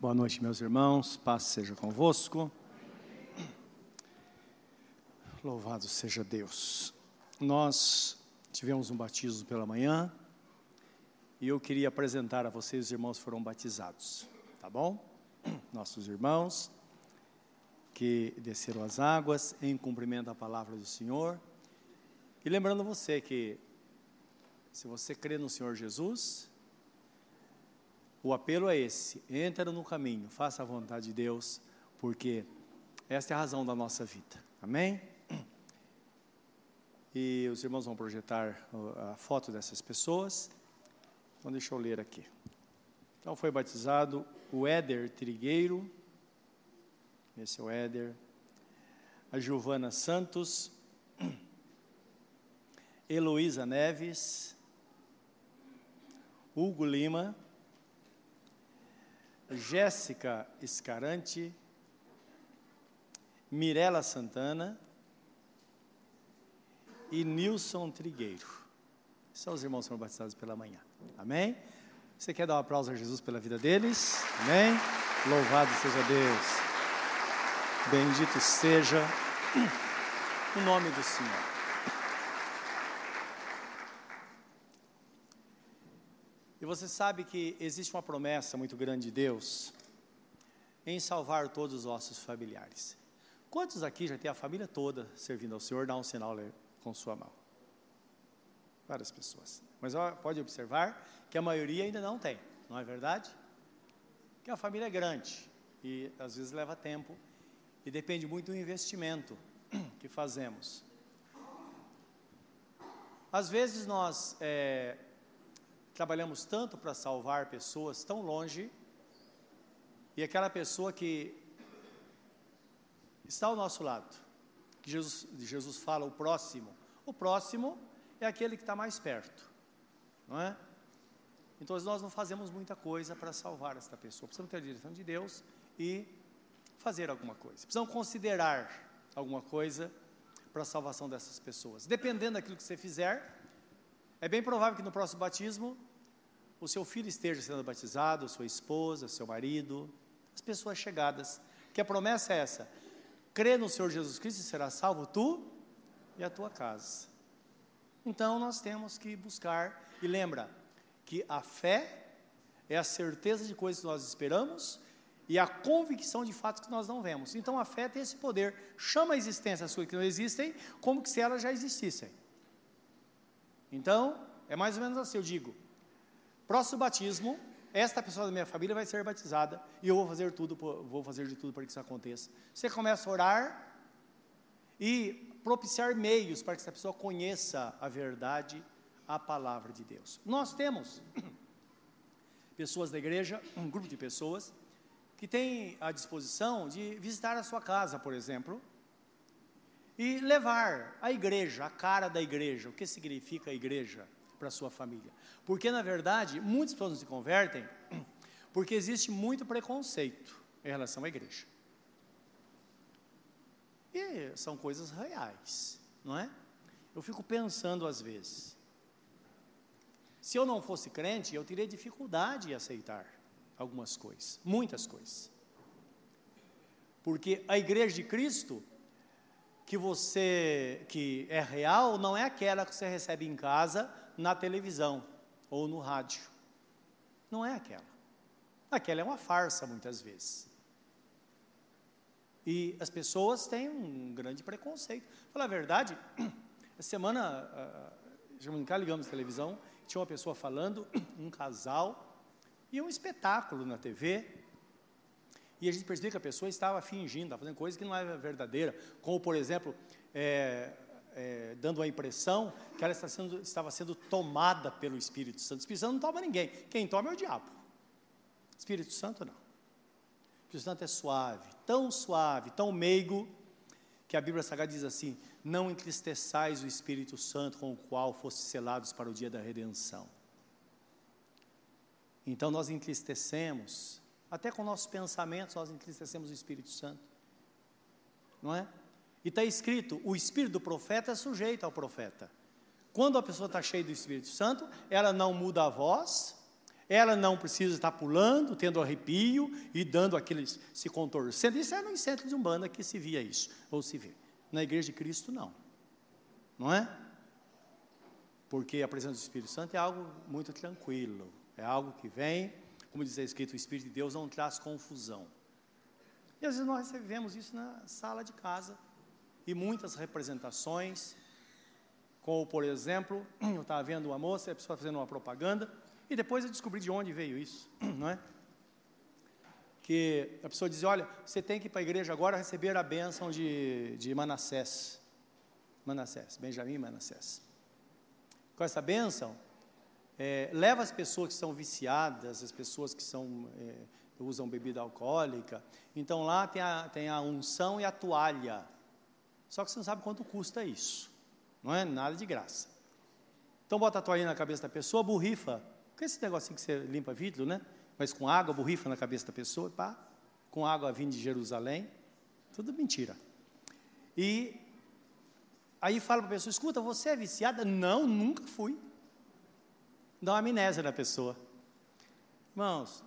Boa noite, meus irmãos, paz seja convosco. Louvado seja Deus. Nós tivemos um batismo pela manhã e eu queria apresentar a vocês os irmãos que foram batizados, tá bom? Nossos irmãos que desceram as águas em cumprimento à palavra do Senhor. E lembrando você que, se você crê no Senhor Jesus, o apelo é esse: entra no caminho, faça a vontade de Deus, porque esta é a razão da nossa vida, amém? E os irmãos vão projetar a foto dessas pessoas. Então deixa eu ler aqui. Então foi batizado o Éder Trigueiro, esse é o Éder, a Giovana Santos, Heloísa Neves, Hugo Lima, Jéssica Escarante, Mirela Santana e Nilson Trigueiro. São os irmãos que foram batizados pela manhã, amém? Você quer dar um aplauso a Jesus pela vida deles? Amém? Louvado seja Deus, bendito seja o nome do Senhor. E você sabe que existe uma promessa muito grande de Deus em salvar todos os nossos familiares. Quantos aqui já tem a família toda servindo ao Senhor? Dá um sinal com sua mão. Várias pessoas. Mas pode observar que a maioria ainda não tem, não é verdade? Porque a família é grande e às vezes leva tempo e depende muito do investimento que fazemos. Às vezes nós trabalhamos tanto para salvar pessoas tão longe, e aquela pessoa que está ao nosso lado, que Jesus fala, o próximo é aquele que está mais perto, não é? Então nós não fazemos muita coisa para salvar esta pessoa, precisamos ter a direção de Deus e fazer alguma coisa, precisamos considerar alguma coisa para a salvação dessas pessoas. Dependendo daquilo que você fizer, é bem provável que no próximo batismo o seu filho esteja sendo batizado, sua esposa, seu marido, as pessoas chegadas, que a promessa é essa: crê no Senhor Jesus Cristo e será salvo tu e a tua casa. Então nós temos que buscar, e lembra que a fé é a certeza de coisas que nós esperamos e a convicção de fatos que nós não vemos. Então a fé tem esse poder, chama a existência as coisas que não existem, como que se elas já existissem. Então, é mais ou menos assim, eu digo: próximo batismo, esta pessoa da minha família vai ser batizada e eu vou fazer de tudo para que isso aconteça. Você começa a orar e propiciar meios para que essa pessoa conheça a verdade, a palavra de Deus. Nós temos pessoas da igreja, um grupo de pessoas, que tem a disposição de visitar a sua casa, por exemplo, e levar a igreja, a cara da igreja, o que significa a igreja para a sua família. Porque, na verdade, muitas pessoas não se convertem porque existe muito preconceito em relação à igreja. E são coisas reais, não é? Eu fico pensando às vezes, se eu não fosse crente, eu teria dificuldade em aceitar algumas coisas, muitas coisas. Porque a igreja de Cristo, que é real, não é aquela que você recebe em casa, na televisão ou no rádio. Não é aquela. Aquela é uma farsa muitas vezes. E as pessoas têm um grande preconceito. Para falar a verdade, essa semana, ligamos a televisão, tinha uma pessoa falando, um casal, e um espetáculo na TV, e a gente percebeu que a pessoa estava fingindo, estava fazendo coisa que não é verdadeira, como por exemplo, dando a impressão que ela estava sendo tomada pelo Espírito Santo. O Espírito Santo não toma ninguém, quem toma é o diabo. Espírito Santo não. O Espírito Santo é suave, tão meigo, que a Bíblia Sagrada diz assim: não entristeçais o Espírito Santo, com o qual fostes selados para o dia da redenção. Então nós entristecemos, até com nossos pensamentos nós entristecemos o Espírito Santo, não é? E está escrito, o espírito do profeta é sujeito ao profeta. Quando a pessoa está cheia do Espírito Santo, ela não muda a voz, Ela não precisa estar pulando, tendo arrepio e dando aqueles, se contorcendo. Isso é no centro de Umbanda que se via isso, ou se vê. Na Igreja de Cristo, não. Não é? Porque a presença do Espírito Santo é algo muito tranquilo. É algo que vem, como diz escrito, o Espírito de Deus não traz confusão. E às vezes nós recebemos isso na sala de casa. E muitas representações, como por exemplo, eu estava vendo uma moça, a pessoa fazendo uma propaganda, e depois eu descobri de onde veio isso, não é? Que a pessoa dizia, olha, você tem que ir para a igreja agora receber a bênção de Manassés, Benjamim Manassés. Com essa bênção, leva as pessoas que são viciadas, as pessoas que usam bebida alcoólica, então lá tem a unção e a toalha, só que você não sabe quanto custa isso, não é nada de graça. Então bota a toalha na cabeça da pessoa, borrifa, com esse negocinho que você limpa vidro, né? Mas com água, borrifa na cabeça da pessoa, pá, com água vinda de Jerusalém, tudo mentira. E aí fala para a pessoa, escuta, você é viciada? Não, nunca fui. Dá uma amnésia na pessoa. Irmãos,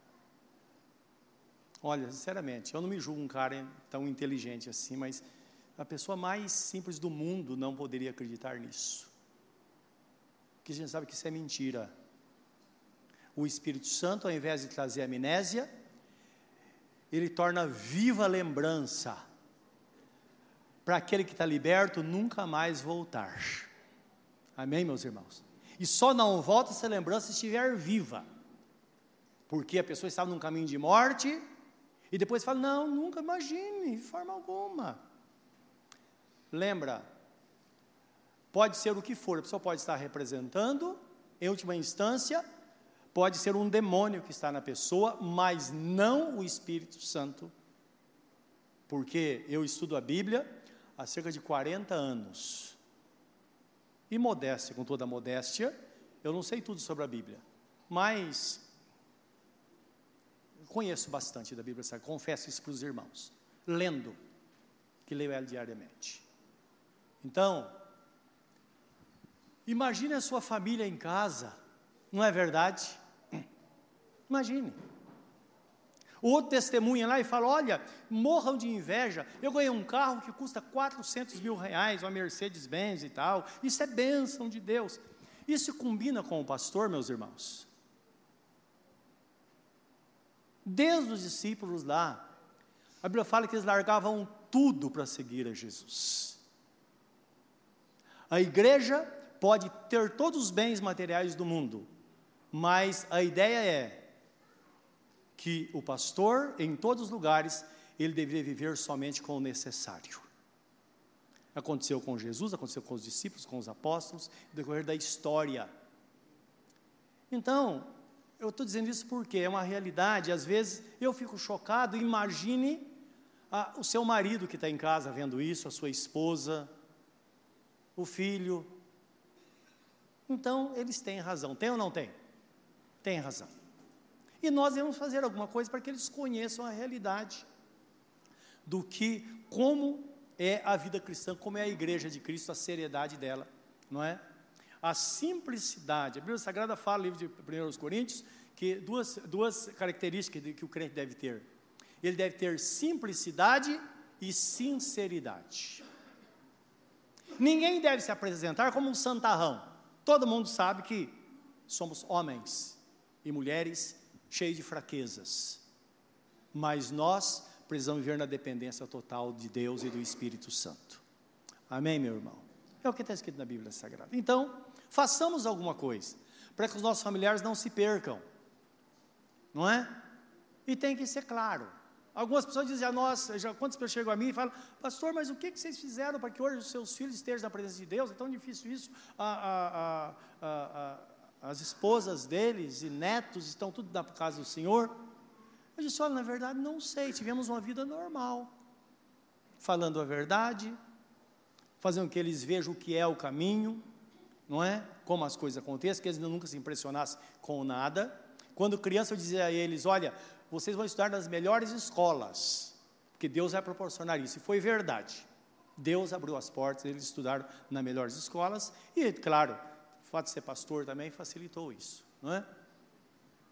olha, sinceramente, eu não me julgo um cara tão inteligente assim, mas a pessoa mais simples do mundo não poderia acreditar nisso. Porque a gente sabe que isso é mentira. O Espírito Santo, ao invés de trazer amnésia, ele torna viva a lembrança, para aquele que está liberto nunca mais voltar. Amém, meus irmãos? E só não volta essa lembrança se estiver viva, porque a pessoa estava num caminho de morte, e depois fala, não, nunca imagine, de forma alguma. Lembra, pode ser o que for, a pessoa pode estar representando, em última instância, pode ser um demônio que está na pessoa, mas não o Espírito Santo, porque eu estudo a Bíblia há cerca de 40 anos, e modéstia, com toda a modéstia, eu não sei tudo sobre a Bíblia, mas conheço bastante da Bíblia, sabe? Confesso isso para os irmãos, lendo, que leio ela diariamente. Então, imagine a sua família em casa, não é verdade? Imagine. O outro testemunha lá e fala, olha, morram de inveja, eu ganhei um carro que custa 400 mil reais, uma Mercedes-Benz e tal, isso é bênção de Deus. Isso combina com o pastor, meus irmãos? Desde os discípulos lá, a Bíblia fala que eles largavam tudo para seguir a Jesus. A igreja pode ter todos os bens materiais do mundo, mas a ideia é que o pastor, em todos os lugares, ele deveria viver somente com o necessário. Aconteceu com Jesus, aconteceu com os discípulos, com os apóstolos, no decorrer da história. Então, eu estou dizendo isso porque é uma realidade, às vezes eu fico chocado, imagine o seu marido que está em casa vendo isso, a sua esposa, o filho. Então, eles têm razão, tem ou não tem? Tem razão. E nós devemos fazer alguma coisa para que eles conheçam a realidade do que, como é a vida cristã, como é a igreja de Cristo, a seriedade dela, não é? A simplicidade, a Bíblia Sagrada fala, no livro de 1 Coríntios, que duas características que o crente deve ter. Ele deve ter simplicidade e sinceridade. Ninguém deve se apresentar como um santarrão. Todo mundo sabe que somos homens e mulheres cheios de fraquezas, mas nós precisamos viver na dependência total de Deus e do Espírito Santo. Amém, meu irmão? É o que está escrito na Bíblia Sagrada. Então, façamos alguma coisa, para que os nossos familiares não se percam, não é? E tem que ser claro. Algumas pessoas dizem a nós, quantas pessoas chegam a mim e falam, pastor, mas o que vocês fizeram para que hoje os seus filhos estejam na presença de Deus? É tão difícil isso, as esposas deles e netos estão tudo na casa do Senhor. Eu disse, olha, na verdade não sei, tivemos uma vida normal, falando a verdade, fazendo com que eles vejam o que é o caminho, não é? Como as coisas acontecem, que eles nunca se impressionassem com nada. Quando criança eu dizia a eles, olha, vocês vão estudar nas melhores escolas, porque Deus vai proporcionar isso, e foi verdade. Deus abriu as portas, eles estudaram nas melhores escolas, e claro, o fato de ser pastor também facilitou isso, não é?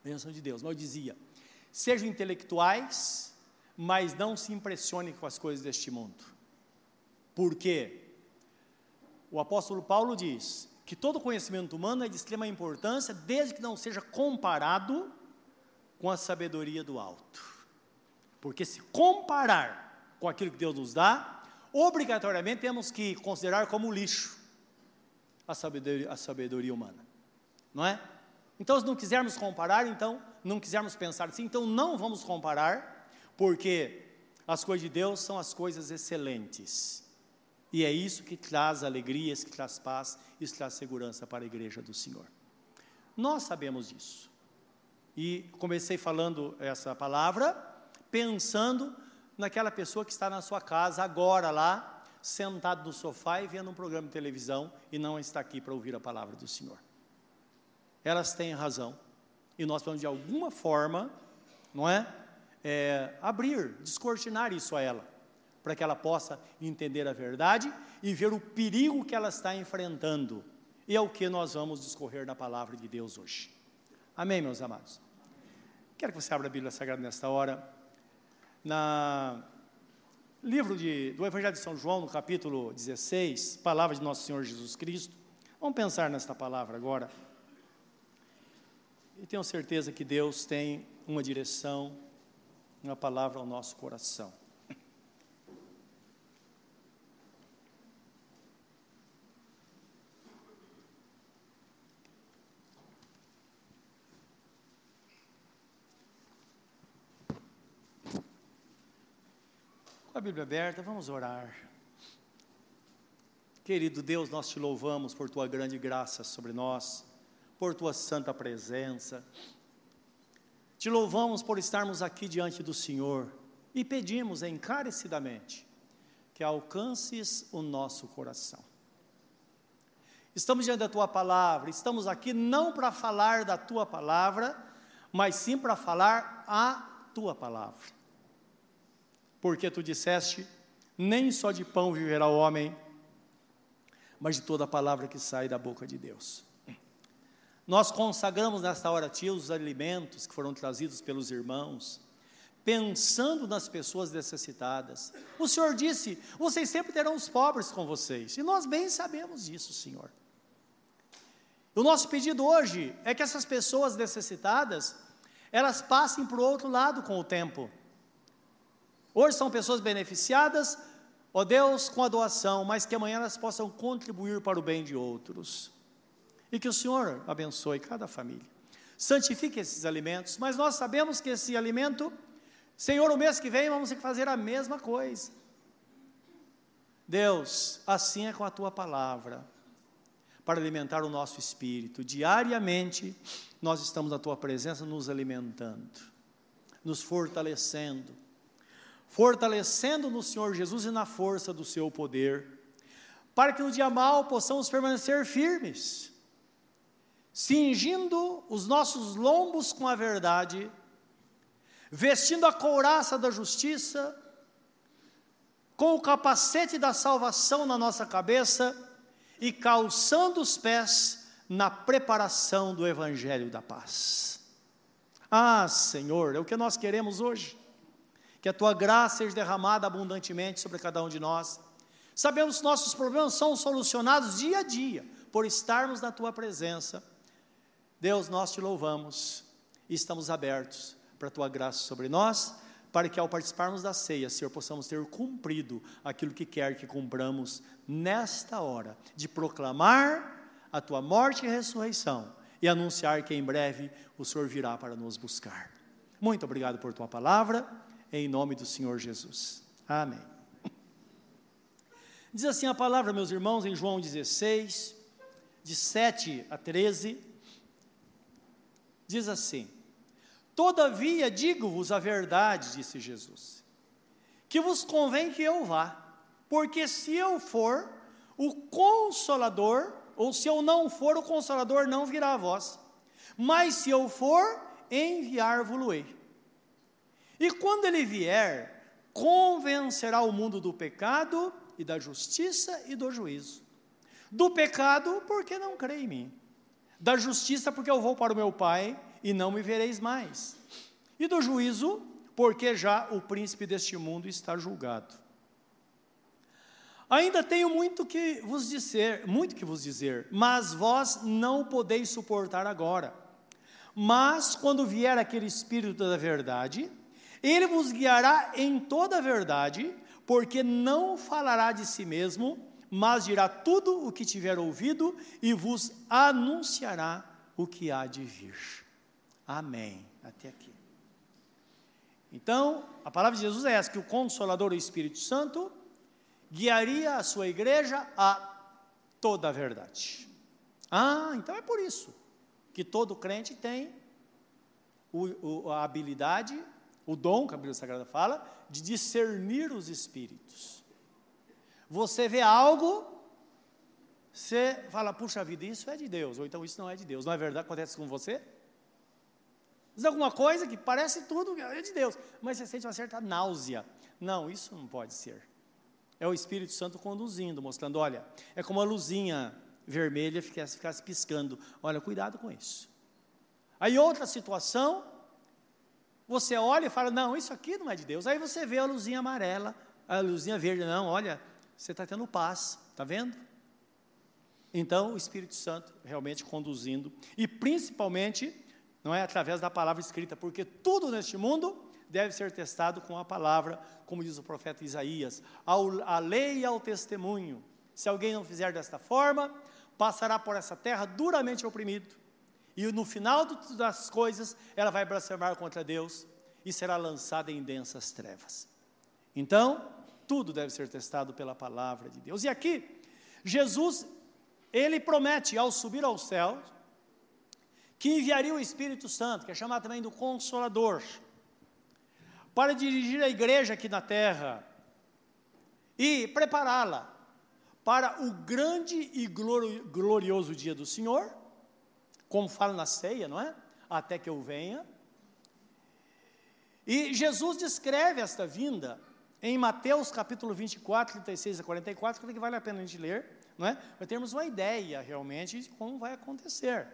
Bênção de Deus. Mas eu dizia, sejam intelectuais, mas não se impressionem com as coisas deste mundo. Por quê? O apóstolo Paulo diz que todo conhecimento humano é de extrema importância, desde que não seja comparado com a sabedoria do alto. Porque se comparar com aquilo que Deus nos dá, obrigatoriamente temos que considerar como lixo a sabedoria humana, não é? Então, se não quisermos comparar, então, não quisermos pensar assim, então não vamos comparar, porque as coisas de Deus são as coisas excelentes, e é isso que traz alegria, isso que traz paz, isso que traz segurança para a igreja do Senhor. Nós sabemos disso, e comecei falando essa palavra, pensando naquela pessoa que está na sua casa agora lá, sentado no sofá e vendo um programa de televisão e não está aqui para ouvir a palavra do Senhor. Elas têm razão e nós vamos de alguma forma, não é? Abrir, descortinar isso a ela, para que ela possa entender a verdade e ver o perigo que ela está enfrentando. E é o que nós vamos discorrer na palavra de Deus hoje. Amém, meus amados? Quero que você abra a Bíblia Sagrada nesta hora. Na livro do Evangelho de São João, no capítulo 16, palavra de nosso Senhor Jesus Cristo. Vamos pensar nesta palavra agora. E tenho certeza que Deus tem uma direção, uma palavra ao nosso coração. Com a Bíblia aberta, vamos orar. Querido Deus, nós te louvamos por tua grande graça sobre nós, por tua santa presença. Te louvamos por estarmos aqui diante do Senhor e pedimos encarecidamente que alcances o nosso coração. Estamos diante da tua palavra, estamos aqui não para falar da tua palavra, mas sim para falar a tua palavra. Porque tu disseste, nem só de pão viverá o homem, mas de toda a palavra que sai da boca de Deus. Nós consagramos nesta hora a ti os alimentos que foram trazidos pelos irmãos, pensando nas pessoas necessitadas. O Senhor disse, vocês sempre terão os pobres com vocês, e nós bem sabemos disso, Senhor. O nosso pedido hoje é que essas pessoas necessitadas, elas passem para o outro lado com o tempo. Hoje são pessoas beneficiadas, ó Deus, com a doação, mas que amanhã elas possam contribuir para o bem de outros. E que o Senhor abençoe cada família. Santifique esses alimentos, mas nós sabemos que esse alimento, Senhor, o mês que vem vamos ter que fazer a mesma coisa. Deus, assim é com a tua palavra, para alimentar o nosso espírito. Diariamente, nós estamos na tua presença nos alimentando, nos fortalecendo no Senhor Jesus e na força do seu poder, para que no dia mau possamos permanecer firmes, cingindo os nossos lombos com a verdade, vestindo a couraça da justiça, com o capacete da salvação na nossa cabeça e calçando os pés na preparação do Evangelho da paz. Ah, Senhor, é o que nós queremos hoje. Que a tua graça seja derramada abundantemente sobre cada um de nós. Sabemos que nossos problemas são solucionados dia a dia, por estarmos na tua presença. Deus, nós te louvamos e estamos abertos para a tua graça sobre nós, para que ao participarmos da ceia, Senhor, possamos ter cumprido aquilo que quer que cumpramos nesta hora, de proclamar a tua morte e ressurreição, e anunciar que em breve o Senhor virá para nos buscar. Muito obrigado por tua palavra, em nome do Senhor Jesus. Amém. Diz assim a palavra, meus irmãos, em João 16, de 7 a 13, diz assim: todavia digo-vos a verdade, disse Jesus, que vos convém que eu vá, porque se eu for, o Consolador, ou se eu não for, o Consolador não virá a vós, mas se eu for, enviar-vos-ei. E quando ele vier, convencerá o mundo do pecado e da justiça e do juízo. Do pecado, porque não crê em mim. da justiça, porque eu vou para o meu Pai, e não me vereis mais, e do juízo, porque já o príncipe deste mundo está julgado. Ainda tenho muito que vos dizer, mas vós não podeis suportar agora. Mas quando vier aquele Espírito da verdade, ele vos guiará em toda a verdade, porque não falará de si mesmo, mas dirá tudo o que tiver ouvido e vos anunciará o que há de vir. Amém. Até aqui. Então, a palavra de Jesus é essa, que o Consolador, o Espírito Santo, guiaria a sua igreja a toda a verdade. Então é por isso que todo crente tem a habilidade, o dom, que a Bíblia Sagrada fala, de discernir os espíritos. Você vê algo, você fala, puxa vida, isso é de Deus, ou então isso não é de Deus. Não é verdade? Acontece com você? Diz alguma coisa que parece tudo é de Deus, mas você sente uma certa náusea. Não, isso não pode ser. É o Espírito Santo conduzindo, mostrando, olha, é como a luzinha vermelha ficasse piscando. Olha, cuidado com isso. Aí outra situação, você olha e fala, não, isso aqui não é de Deus. Aí você vê a luzinha amarela, a luzinha verde, não, olha, você está tendo paz, está vendo? Então, o Espírito Santo realmente conduzindo, e principalmente, não é através da palavra escrita, porque tudo neste mundo deve ser testado com a palavra, como diz o profeta Isaías, a lei e ao testemunho. Se alguém não fizer desta forma, passará por essa terra duramente oprimido, e no final das coisas, ela vai blasfemar contra Deus, e será lançada em densas trevas. Então, tudo deve ser testado pela palavra de Deus. E aqui, Jesus, ele promete, ao subir aos céus, que enviaria o Espírito Santo, que é chamado também do Consolador, para dirigir a igreja aqui na terra e prepará-la para o grande e glorioso dia do Senhor, como fala na ceia, não é? Até que eu venha. E Jesus descreve esta vinda em Mateus capítulo 24, 36 a 44, que vale a pena a gente ler, não é? Para termos uma ideia realmente de como vai acontecer.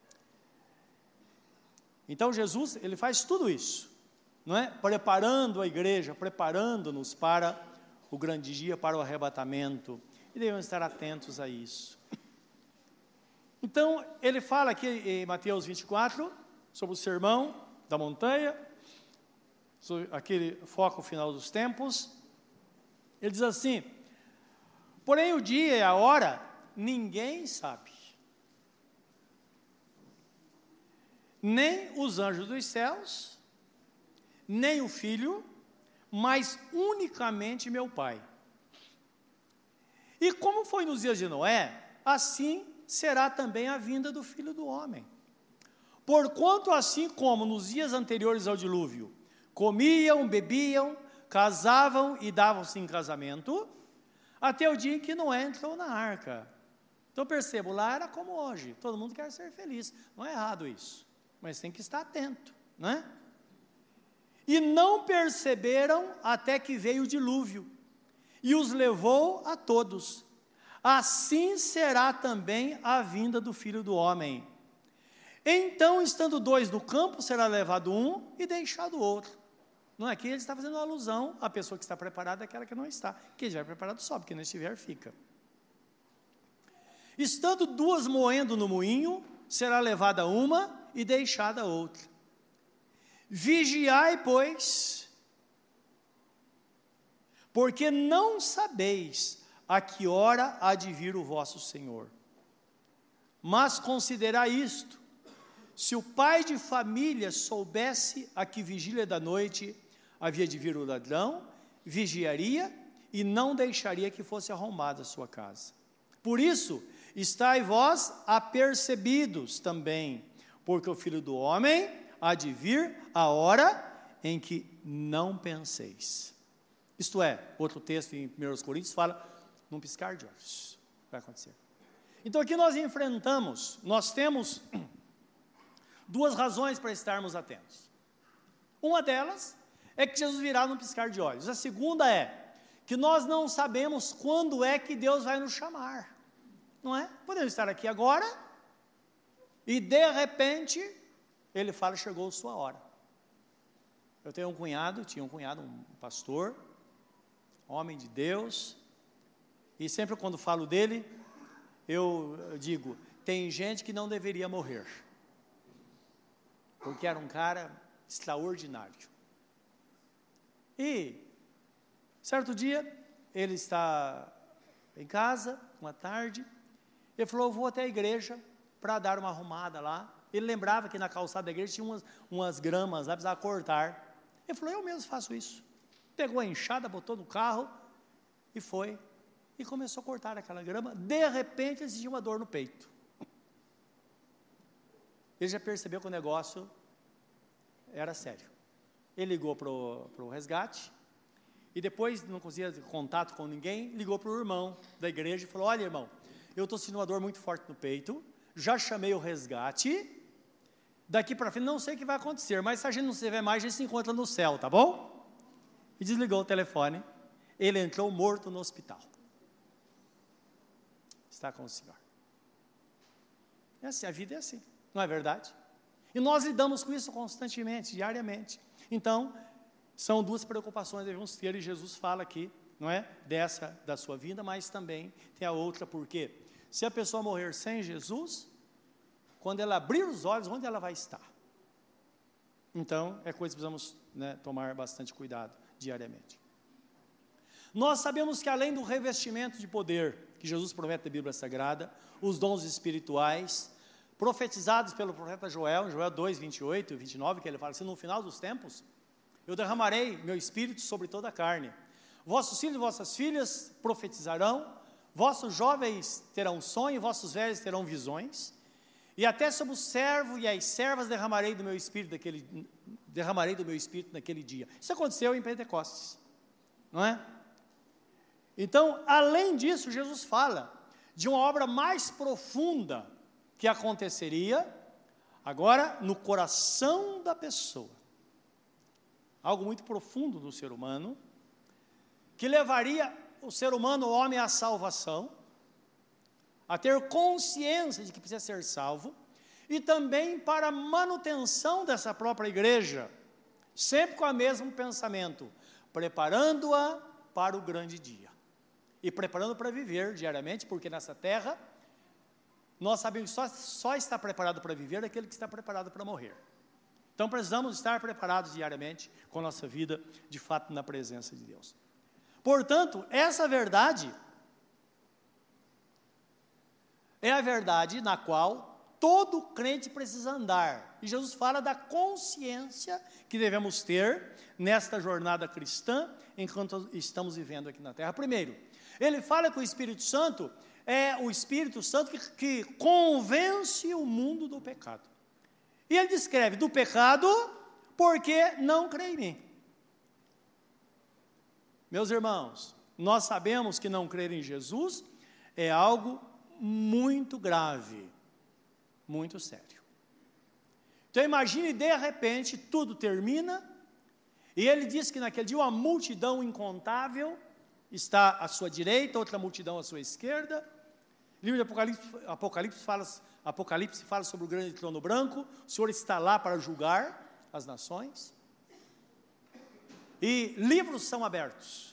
Então Jesus, ele faz tudo isso, não é? Preparando a igreja, preparando-nos para o grande dia, para o arrebatamento, e devemos estar atentos a isso. Então, ele fala aqui em Mateus 24, sobre o sermão da montanha, sobre aquele foco final dos tempos. Ele diz assim, porém o dia e a hora, ninguém sabe, nem os anjos dos céus, nem o Filho, mas unicamente meu Pai. E como foi nos dias de Noé, assim será também a vinda do Filho do Homem. Porquanto assim como nos dias anteriores ao dilúvio, comiam, bebiam, casavam e davam-se em casamento, até o dia em que Noé entrou na arca. Então percebo, lá era como hoje, todo mundo quer ser feliz, não é errado isso, mas tem que estar atento, não é? E não perceberam até que veio o dilúvio, e os levou a todos. Assim será também a vinda do Filho do Homem. Então, estando dois no campo, será levado um e deixado o outro. Não é que ele está fazendo uma alusão à pessoa que está preparada, àquela que não está. Quem estiver preparado sobe, quem não estiver fica. Estando duas moendo no moinho, será levada uma e deixada a outra. Vigiai, pois, porque não sabeis a que hora há de vir o vosso Senhor. Mas considerai isto, se o pai de família soubesse a que vigília da noite havia de vir o ladrão, vigiaria e não deixaria que fosse arrombada a sua casa. Por isso, estai vós apercebidos também, porque o Filho do Homem há de vir a hora em que não penseis. Isto é, outro texto em 1 Coríntios fala, num piscar de olhos, vai acontecer. Então aqui nós temos duas razões para estarmos atentos. Uma delas é que Jesus virá num piscar de olhos. A segunda é que nós não sabemos quando é que Deus vai nos chamar, não é? Podemos estar aqui agora E de repente, ele fala, chegou a sua hora. Eu tinha um cunhado, um pastor, homem de Deus, e sempre quando falo dele, eu digo, tem gente que não deveria morrer, porque era um cara extraordinário. E, certo dia, ele está em casa, uma tarde, ele falou, eu vou até a igreja para dar uma arrumada lá. Ele lembrava que na calçada da igreja tinha umas gramas lá, precisava cortar. Ele falou, eu mesmo faço isso. Pegou a enxada, botou no carro e foi. E começou a cortar aquela grama. De repente, ele sentiu uma dor no peito. Ele já percebeu que o negócio era sério. Ele ligou para o resgate. E depois, não conseguia contato com ninguém, ligou para o irmão da igreja e falou, olha, irmão, eu estou sentindo uma dor muito forte no peito. Já chamei o resgate. Daqui para frente, não sei o que vai acontecer, mas se a gente não se vê mais, a gente se encontra no céu, tá bom? E desligou o telefone. Ele entrou morto no hospital. Está com o Senhor. É assim, a vida é assim, não é verdade? E nós lidamos com isso constantemente, diariamente. Então, são duas preocupações que devemos ter, e Jesus fala aqui, não é? Dessa, da sua vida, mas também tem a outra, porque se a pessoa morrer sem Jesus, quando ela abrir os olhos, onde ela vai estar? Então, é coisa que precisamos, né, tomar bastante cuidado diariamente. Nós sabemos que além do revestimento de poder que Jesus promete na Bíblia Sagrada, os dons espirituais, profetizados pelo profeta Joel, em Joel 2, 28 e 29, que ele fala assim, no final dos tempos, eu derramarei meu espírito sobre toda a carne. Vossos filhos e vossas filhas profetizarão, vossos jovens terão sonho, vossos velhos terão visões, e até sobre o servo e as servas derramarei do meu espírito naquele dia. Isso aconteceu em Pentecostes, não é? Então, além disso, Jesus fala de uma obra mais profunda que aconteceria agora no coração da pessoa. Algo muito profundo do ser humano, que levaria o ser humano, o homem, à salvação, a ter consciência de que precisa ser salvo, e também para a manutenção dessa própria igreja, sempre com o mesmo pensamento, preparando-a para o grande dia, e preparando para viver diariamente, porque nessa terra, nós sabemos que só está preparado para viver aquele que está preparado para morrer. Então precisamos estar preparados diariamente com a nossa vida, de fato, na presença de Deus. Portanto, essa verdade é a verdade na qual todo crente precisa andar. E Jesus fala da consciência que devemos ter nesta jornada cristã, enquanto estamos vivendo aqui na terra. Primeiro, ele fala que o Espírito Santo é o Espírito Santo que convence o mundo do pecado. E ele descreve do pecado porque não crê em mim. Meus irmãos, nós sabemos que não crer em Jesus é algo muito grave, muito sério. Então imagine, de repente, tudo termina, e ele diz que naquele dia uma multidão incontável está à sua direita, outra multidão à sua esquerda. O livro de Apocalipse fala sobre o grande trono branco, o Senhor está lá para julgar as nações, e livros são abertos,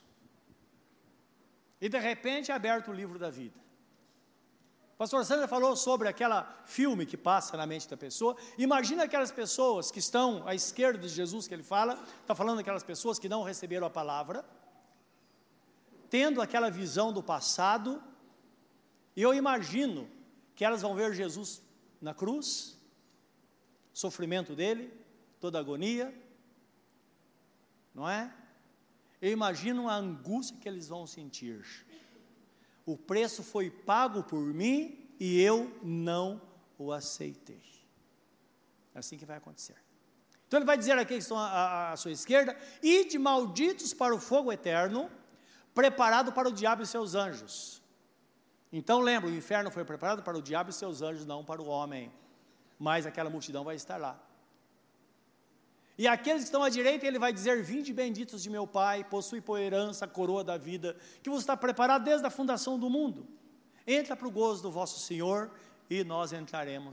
e de repente é aberto o livro da vida. O pastor Sandra falou sobre aquele filme que passa na mente da pessoa. Imagina aquelas pessoas que estão à esquerda de Jesus, que ele fala, está falando daquelas pessoas que não receberam a palavra, tendo aquela visão do passado, e eu imagino que elas vão ver Jesus na cruz, sofrimento dele, toda a agonia, não é? Eu imagino a angústia que eles vão sentir. O preço foi pago por mim e eu não o aceitei. É assim que vai acontecer. Então ele vai dizer aqui que estão à sua esquerda, ide malditos para o fogo eterno, preparado para o diabo e seus anjos. Então lembra, o inferno foi preparado para o diabo e seus anjos, não para o homem, mas aquela multidão vai estar lá. E aqueles que estão à direita, ele vai dizer, vinde benditos de meu Pai, possui por herança a coroa da vida, que vos está preparado desde a fundação do mundo. Entra para o gozo do vosso Senhor, e nós entraremos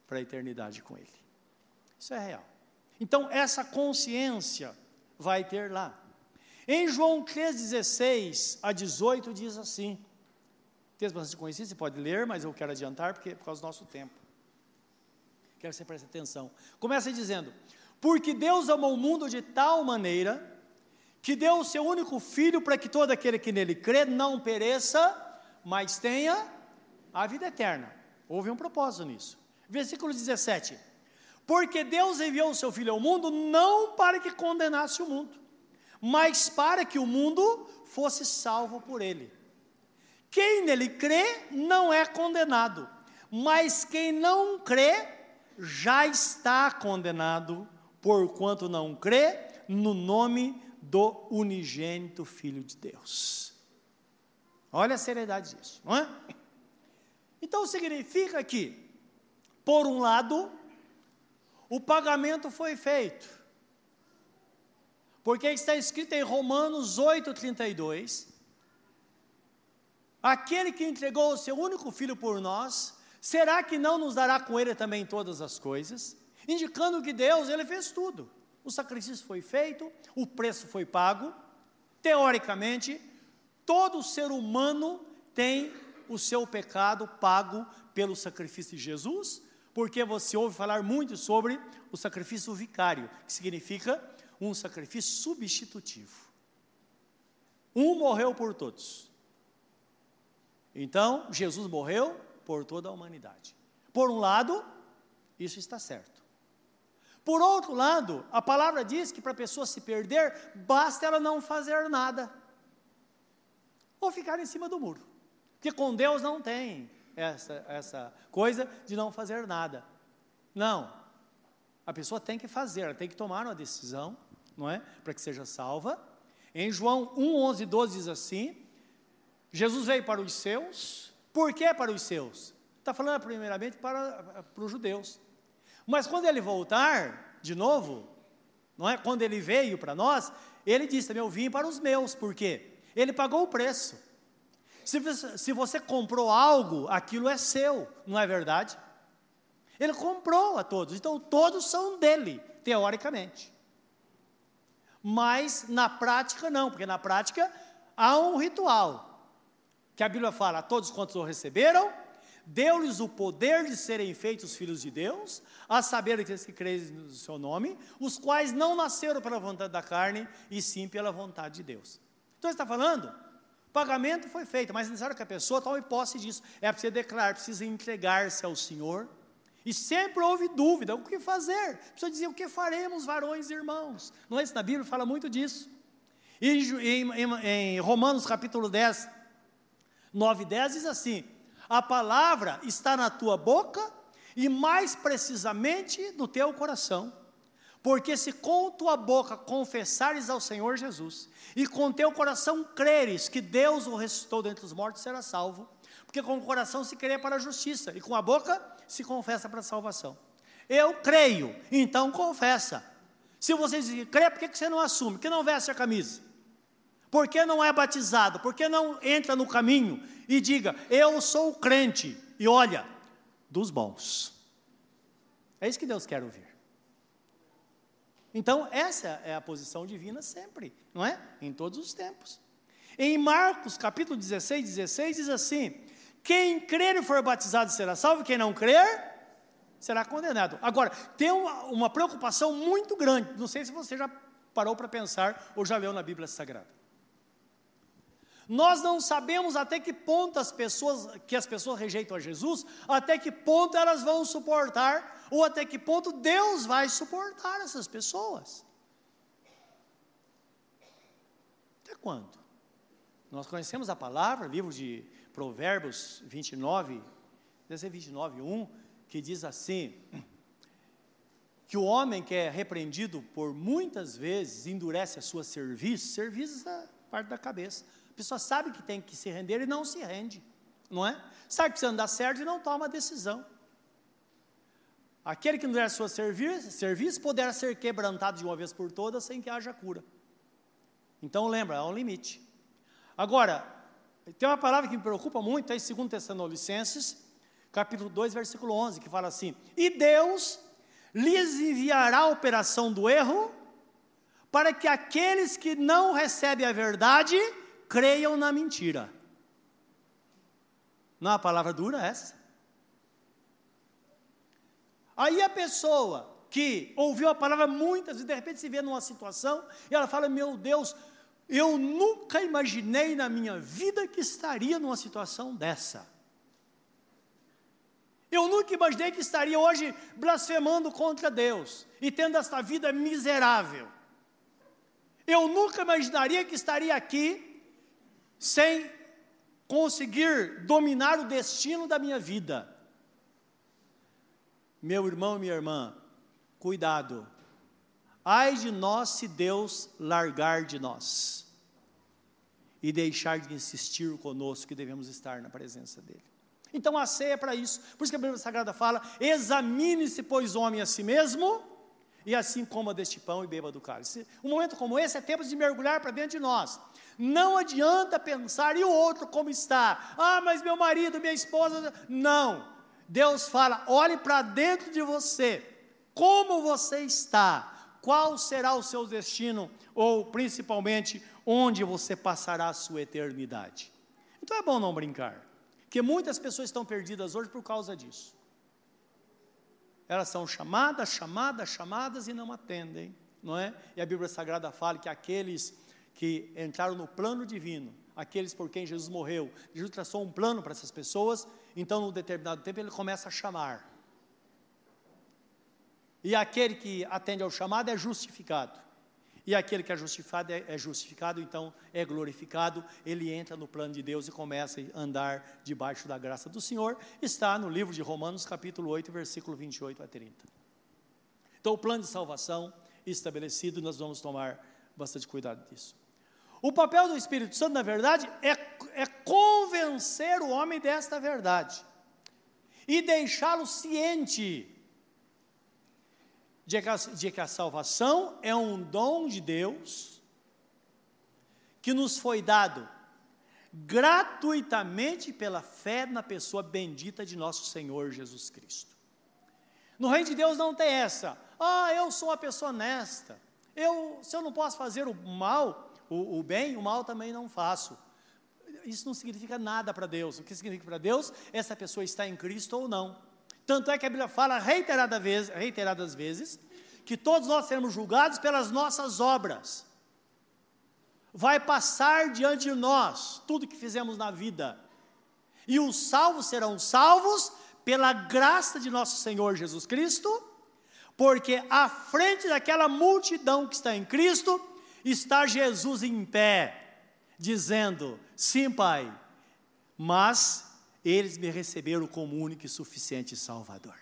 para a eternidade com Ele. Isso é real. Então, essa consciência vai ter lá. Em João 3,16 a 18 diz assim, texto bastante conhecido, você pode ler, mas eu quero adiantar, porque é por causa do nosso tempo. Quero que você preste atenção. Começa dizendo, porque Deus amou o mundo de tal maneira, que deu o seu único Filho, para que todo aquele que nele crê não pereça, mas tenha a vida eterna. Houve um propósito nisso. Versículo 17, porque Deus enviou o seu Filho ao mundo, não para que condenasse o mundo, mas para que o mundo fosse salvo por ele. Quem nele crê não é condenado, mas quem não crê já está condenado, porquanto não crê no nome do unigênito Filho de Deus. Olha a seriedade disso, não é? Então significa que, por um lado, o pagamento foi feito, porque está escrito em Romanos 8,32, aquele que entregou o seu único Filho por nós, será que não nos dará com ele também todas as coisas? Indicando que Deus, ele fez tudo. O sacrifício foi feito, o preço foi pago. Teoricamente, todo ser humano tem o seu pecado pago pelo sacrifício de Jesus, porque você ouve falar muito sobre o sacrifício vicário, que significa um sacrifício substitutivo. Um morreu por todos. Então, Jesus morreu por toda a humanidade. Por um lado, isso está certo. Por outro lado, a palavra diz que para a pessoa se perder, basta ela não fazer nada. Ou ficar em cima do muro. Porque com Deus não tem essa coisa de não fazer nada. Não. A pessoa tem que fazer, ela tem que tomar uma decisão, não é? Para que seja salva. Em João 1, 11 e 12 diz assim, Jesus veio para os seus. Por que para os seus? Está falando primeiramente para os judeus. Mas quando ele voltar, de novo, não é? Quando ele veio para nós, ele disse também, eu vim para os meus. Por quê? Ele pagou o preço. Se você comprou algo, aquilo é seu, não é verdade? Ele comprou a todos, então todos são dele, teoricamente. Mas na prática não, porque na prática há um ritual, que a Bíblia fala, a todos quantos o receberam, deu-lhes o poder de serem feitos filhos de Deus, a saber aqueles que creem no seu nome, os quais não nasceram pela vontade da carne, e sim pela vontade de Deus. Então ele está falando, o pagamento foi feito, mas é necessário que a pessoa tome posse disso, é preciso declarar, precisa entregar-se ao Senhor, e sempre houve dúvida, o que fazer? Precisa dizer, o que faremos, varões e irmãos? Não é isso na Bíblia? Fala muito disso. E em Romanos capítulo 10, 9 e 10 diz assim, a palavra está na tua boca e mais precisamente no teu coração, porque se com tua boca confessares ao Senhor Jesus e com teu coração creres que Deus o ressuscitou dentre os mortos, será salvo, porque com o coração se crê para a justiça e com a boca se confessa para a salvação. Eu creio, então confessa. Se você diz crê, por que você não assume? Por que não veste a camisa? Por que não é batizado? Por que não entra no caminho e diga, eu sou crente, e olha, dos bons. É isso que Deus quer ouvir. Então, essa é a posição divina sempre, não é? Em todos os tempos. Em Marcos, capítulo 16 diz assim, quem crer e for batizado será salvo, quem não crer, será condenado. Agora, tem uma preocupação muito grande, não sei se você já parou para pensar, ou já leu na Bíblia Sagrada. Nós não sabemos até que ponto as pessoas rejeitam a Jesus, até que ponto elas vão suportar, ou até que ponto Deus vai suportar essas pessoas. Até quando? Nós conhecemos a palavra, livro de Provérbios 29, deve ser 29, 1, que diz assim, que o homem que é repreendido por muitas vezes endurece a sua serviço da parte da cabeça. A pessoa sabe que tem que se render e não se rende, não é? Sabe que precisa andar certo e não toma a decisão. Aquele que não der sua serviço poderá ser quebrantado de uma vez por todas sem que haja cura. Então lembra, há um limite. Agora, tem uma palavra que me preocupa muito, é em 2 Tessalonicenses, capítulo 2, versículo 11, que fala assim: e Deus lhes enviará a operação do erro, para que aqueles que não recebem a verdade, creiam na mentira. Não é uma palavra dura essa? Aí a pessoa que ouviu a palavra muitas vezes, de repente se vê numa situação, e ela fala: meu Deus, eu nunca imaginei na minha vida que estaria numa situação dessa. Eu nunca imaginei que estaria hoje blasfemando contra Deus, e tendo esta vida miserável. Eu nunca imaginaria que estaria aqui, sem conseguir dominar o destino da minha vida. Meu irmão e minha irmã, cuidado. Ai de nós se Deus largar de nós e deixar de insistir conosco que devemos estar na presença dEle. Então a ceia é para isso. Por isso que a Bíblia Sagrada fala: examine-se, pois, o homem a si mesmo, e assim coma deste pão e beba do cálice. Um momento como esse é tempo de mergulhar para dentro de nós. Não adianta pensar: e o outro como está? Ah, mas meu marido, minha esposa... Não. Deus fala: olhe para dentro de você, como você está, qual será o seu destino, ou principalmente, onde você passará a sua eternidade. Então é bom não brincar, porque muitas pessoas estão perdidas hoje por causa disso. Elas são chamadas e não atendem, não é? E a Bíblia Sagrada fala que aqueles que entraram no plano divino, aqueles por quem Jesus morreu, Jesus traçou um plano para essas pessoas. Então, num determinado tempo, ele começa a chamar. E aquele que atende ao chamado é justificado. E aquele que é justificado, então é glorificado. Ele entra no plano de Deus e começa a andar debaixo da graça do Senhor. Está no livro de Romanos, capítulo 8, versículo 28 a 30. Então, o plano de salvação estabelecido, nós vamos tomar bastante cuidado disso. O papel do Espírito Santo, na verdade, é convencer o homem desta verdade e deixá-lo ciente de que a salvação é um dom de Deus que nos foi dado gratuitamente pela fé na pessoa bendita de nosso Senhor Jesus Cristo. No reino de Deus não tem essa: ah, eu sou uma pessoa honesta, se eu não posso fazer o mal, o bem, o mal também não faço. Isso não significa nada para Deus. O que significa para Deus é se a pessoa está em Cristo ou não. Tanto é que a Bíblia fala reiteradas vezes que todos nós seremos julgados pelas nossas obras. Vai passar diante de nós tudo que fizemos na vida, e os salvos serão salvos pela graça de nosso Senhor Jesus Cristo, porque à frente daquela multidão que está em Cristo, está Jesus em pé, dizendo: sim, Pai, mas eles me receberam como único e suficiente Salvador.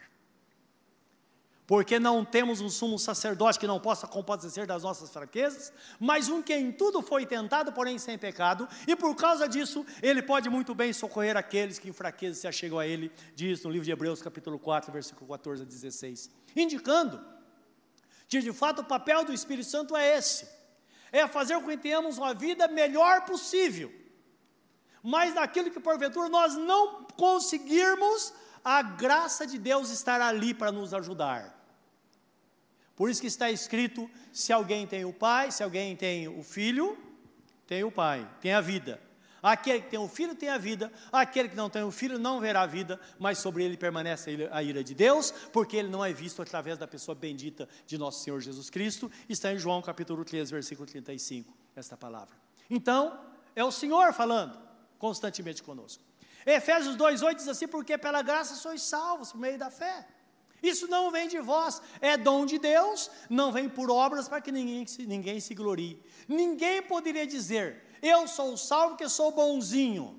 Porque não temos um sumo sacerdote que não possa compadecer das nossas fraquezas, mas um que em tudo foi tentado, porém sem pecado, e por causa disso, ele pode muito bem socorrer aqueles que em fraqueza se achegam a ele, diz no livro de Hebreus, capítulo 4, versículo 14 a 16, indicando que de fato o papel do Espírito Santo é esse: é fazer com que tenhamos uma vida melhor possível, mas naquilo que porventura nós não conseguirmos, a graça de Deus estará ali para nos ajudar. Por isso que está escrito: se alguém tem o Pai, se alguém tem o Filho, tem o Pai, tem a vida. Aquele que tem o Filho tem a vida, aquele que não tem o Filho não verá a vida, mas sobre ele permanece a ira de Deus, porque ele não é visto através da pessoa bendita de nosso Senhor Jesus Cristo. Está em João capítulo 3, versículo 35, esta palavra. Então, é o Senhor falando constantemente conosco. Efésios 2,8 diz assim: porque pela graça sois salvos por meio da fé. Isso não vem de vós, é dom de Deus, não vem por obras para que ninguém se glorie. Ninguém poderia dizer: eu sou salvo porque sou bonzinho.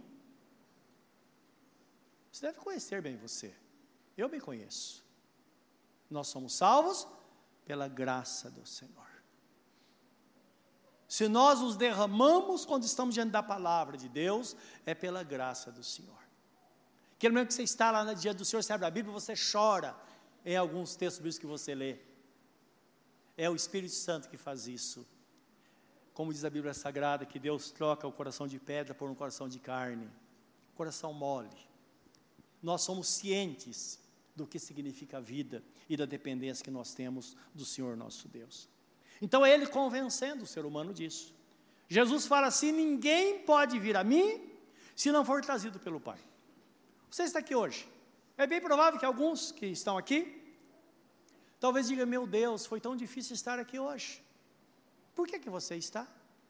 Você deve conhecer bem você. Eu me conheço. Nós somos salvos pela graça do Senhor. Se nós nos derramamos quando estamos diante da palavra de Deus, é pela graça do Senhor. Aquele momento que você está lá no dia do Senhor, você abre a Bíblia, você chora em alguns textos bíblicos que você lê. É o Espírito Santo que faz isso. Como diz a Bíblia Sagrada, que Deus troca o coração de pedra por um coração de carne, coração mole. nós somos cientes do que significa a vida e da dependência que nós temos do Senhor nosso Deus. Então é Ele convencendo o ser humano disso. Jesus fala assim: ninguém pode vir a mim se não for trazido pelo Pai. Você está aqui hoje. É bem provável que alguns que estão aqui, talvez digam: meu Deus, foi tão difícil estar aqui hoje. Por que você está?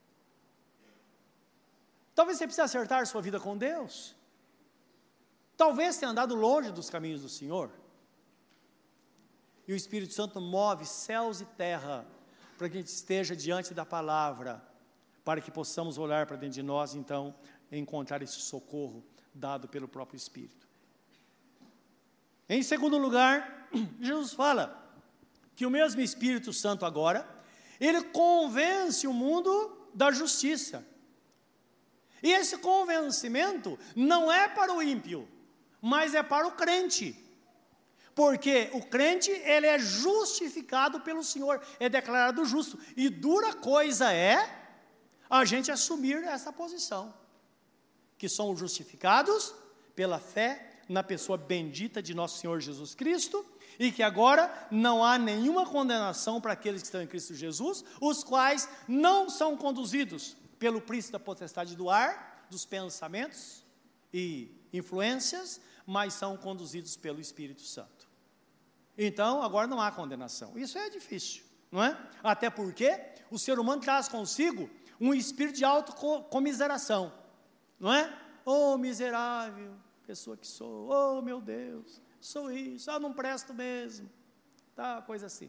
Talvez você precise acertar sua vida com Deus. Talvez tenha andado longe dos caminhos do Senhor. E o Espírito Santo move céus e terra para que a gente esteja diante da palavra, para que possamos olhar para dentro de nós, então, e encontrar esse socorro dado pelo próprio Espírito. Em segundo lugar, Jesus fala que o mesmo Espírito Santo agora, ele convence o mundo da justiça. E esse convencimento não é para o ímpio, mas é para o crente. Porque o crente, ele é justificado pelo Senhor, é declarado justo. E dura coisa é a gente assumir essa posição, que somos justificados pela fé na pessoa bendita de nosso Senhor Jesus Cristo, e que agora não há nenhuma condenação para aqueles que estão em Cristo Jesus, os quais não são conduzidos pelo príncipe da potestade do ar, dos pensamentos e influências, mas são conduzidos pelo Espírito Santo. Então, agora não há condenação. Isso é difícil, não é? Até porque o ser humano traz consigo um espírito de autocomiseração, não é? Oh, miserável pessoa que sou, oh, meu Deus, sou isso, não presto mesmo, tá, coisa assim.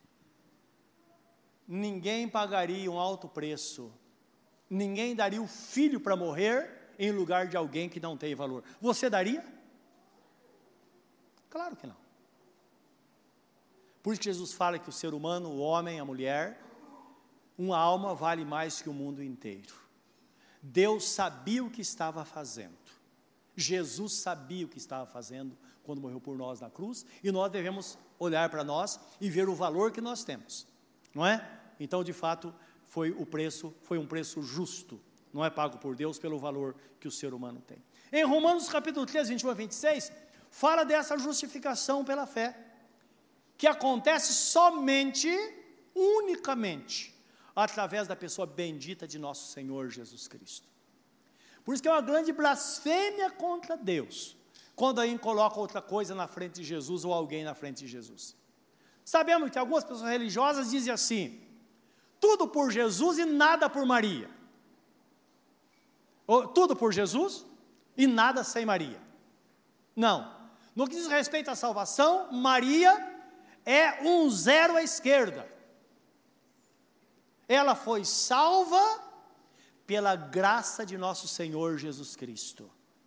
Ninguém pagaria um alto preço, ninguém daria o filho para morrer em lugar de alguém que não tem valor. Você daria? Claro que não. Por isso que Jesus fala que o ser humano, o homem, a mulher, uma alma vale mais que o mundo inteiro. Deus sabia o que estava fazendo. Jesus sabia o que estava fazendo quando morreu por nós na cruz, e nós devemos olhar para nós e ver o valor que nós temos, não é? Então, de fato, foi um preço justo, não é pago por Deus pelo valor que o ser humano tem. Em Romanos capítulo 3, 21 a 26, fala dessa justificação pela fé, que acontece somente, unicamente, através da pessoa bendita de nosso Senhor Jesus Cristo. Por isso que é uma grande blasfêmia contra Deus, quando alguém coloca outra coisa na frente de Jesus, ou alguém na frente de Jesus. Sabemos que algumas pessoas religiosas dizem assim: tudo por Jesus e nada por Maria. Ou, tudo por Jesus e nada sem Maria. Não. No que diz respeito à salvação, Maria é um zero à esquerda. Ela foi salva pela graça de nosso Senhor Jesus Cristo.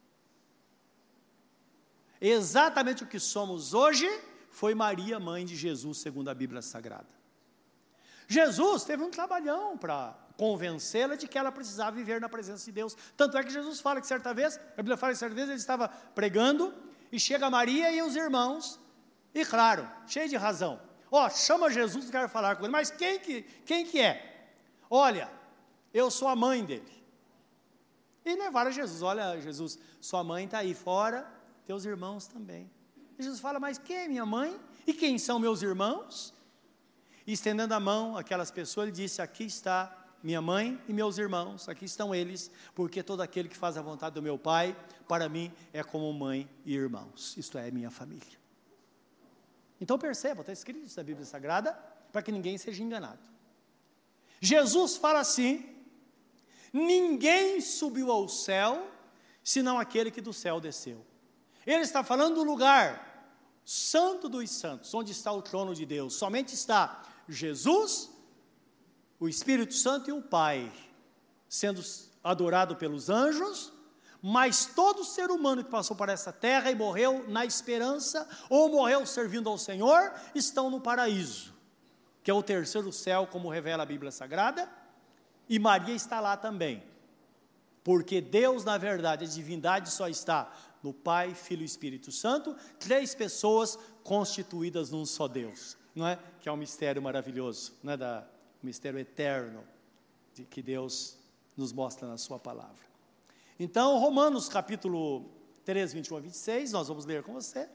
Exatamente o que somos hoje foi Maria, mãe de Jesus, segundo a Bíblia Sagrada. Jesus teve um trabalhão para convencê-la de que ela precisava viver na presença de Deus. Tanto é que Jesus fala que certa vez, a Bíblia fala que certa vez ele estava pregando, e chega Maria e os irmãos, e claro, cheio de razão, chama Jesus, quero falar com ele, mas quem que é? Olha, eu sou a mãe dele. E levaram a Jesus: olha, Jesus, sua mãe está aí fora, teus irmãos também. E Jesus fala: mas quem é minha mãe? E quem são meus irmãos? E estendendo a mão àquelas pessoas, ele disse: aqui está minha mãe e meus irmãos, aqui estão eles, porque todo aquele que faz a vontade do meu Pai, para mim é como mãe e irmãos, isto é, minha família. Então perceba, está escrito isso na Bíblia Sagrada, para que ninguém seja enganado. Jesus fala assim: ninguém subiu ao céu, senão aquele que do céu desceu. Ele está falando do lugar santo dos santos, onde está o trono de Deus. Somente está Jesus, o Espírito Santo e o Pai, sendo adorado pelos anjos, mas todo ser humano que passou por essa terra e morreu na esperança, ou morreu servindo ao Senhor, estão no paraíso, que é o terceiro céu, como revela a Bíblia Sagrada, e Maria está lá também, porque Deus, na verdade, a divindade só está no Pai, Filho e Espírito Santo, 3 pessoas constituídas num só Deus, não é? Que é um mistério maravilhoso, não é? Um mistério eterno, que Deus nos mostra na sua palavra. Então, Romanos capítulo 3, 21 a 26, nós vamos ler com você.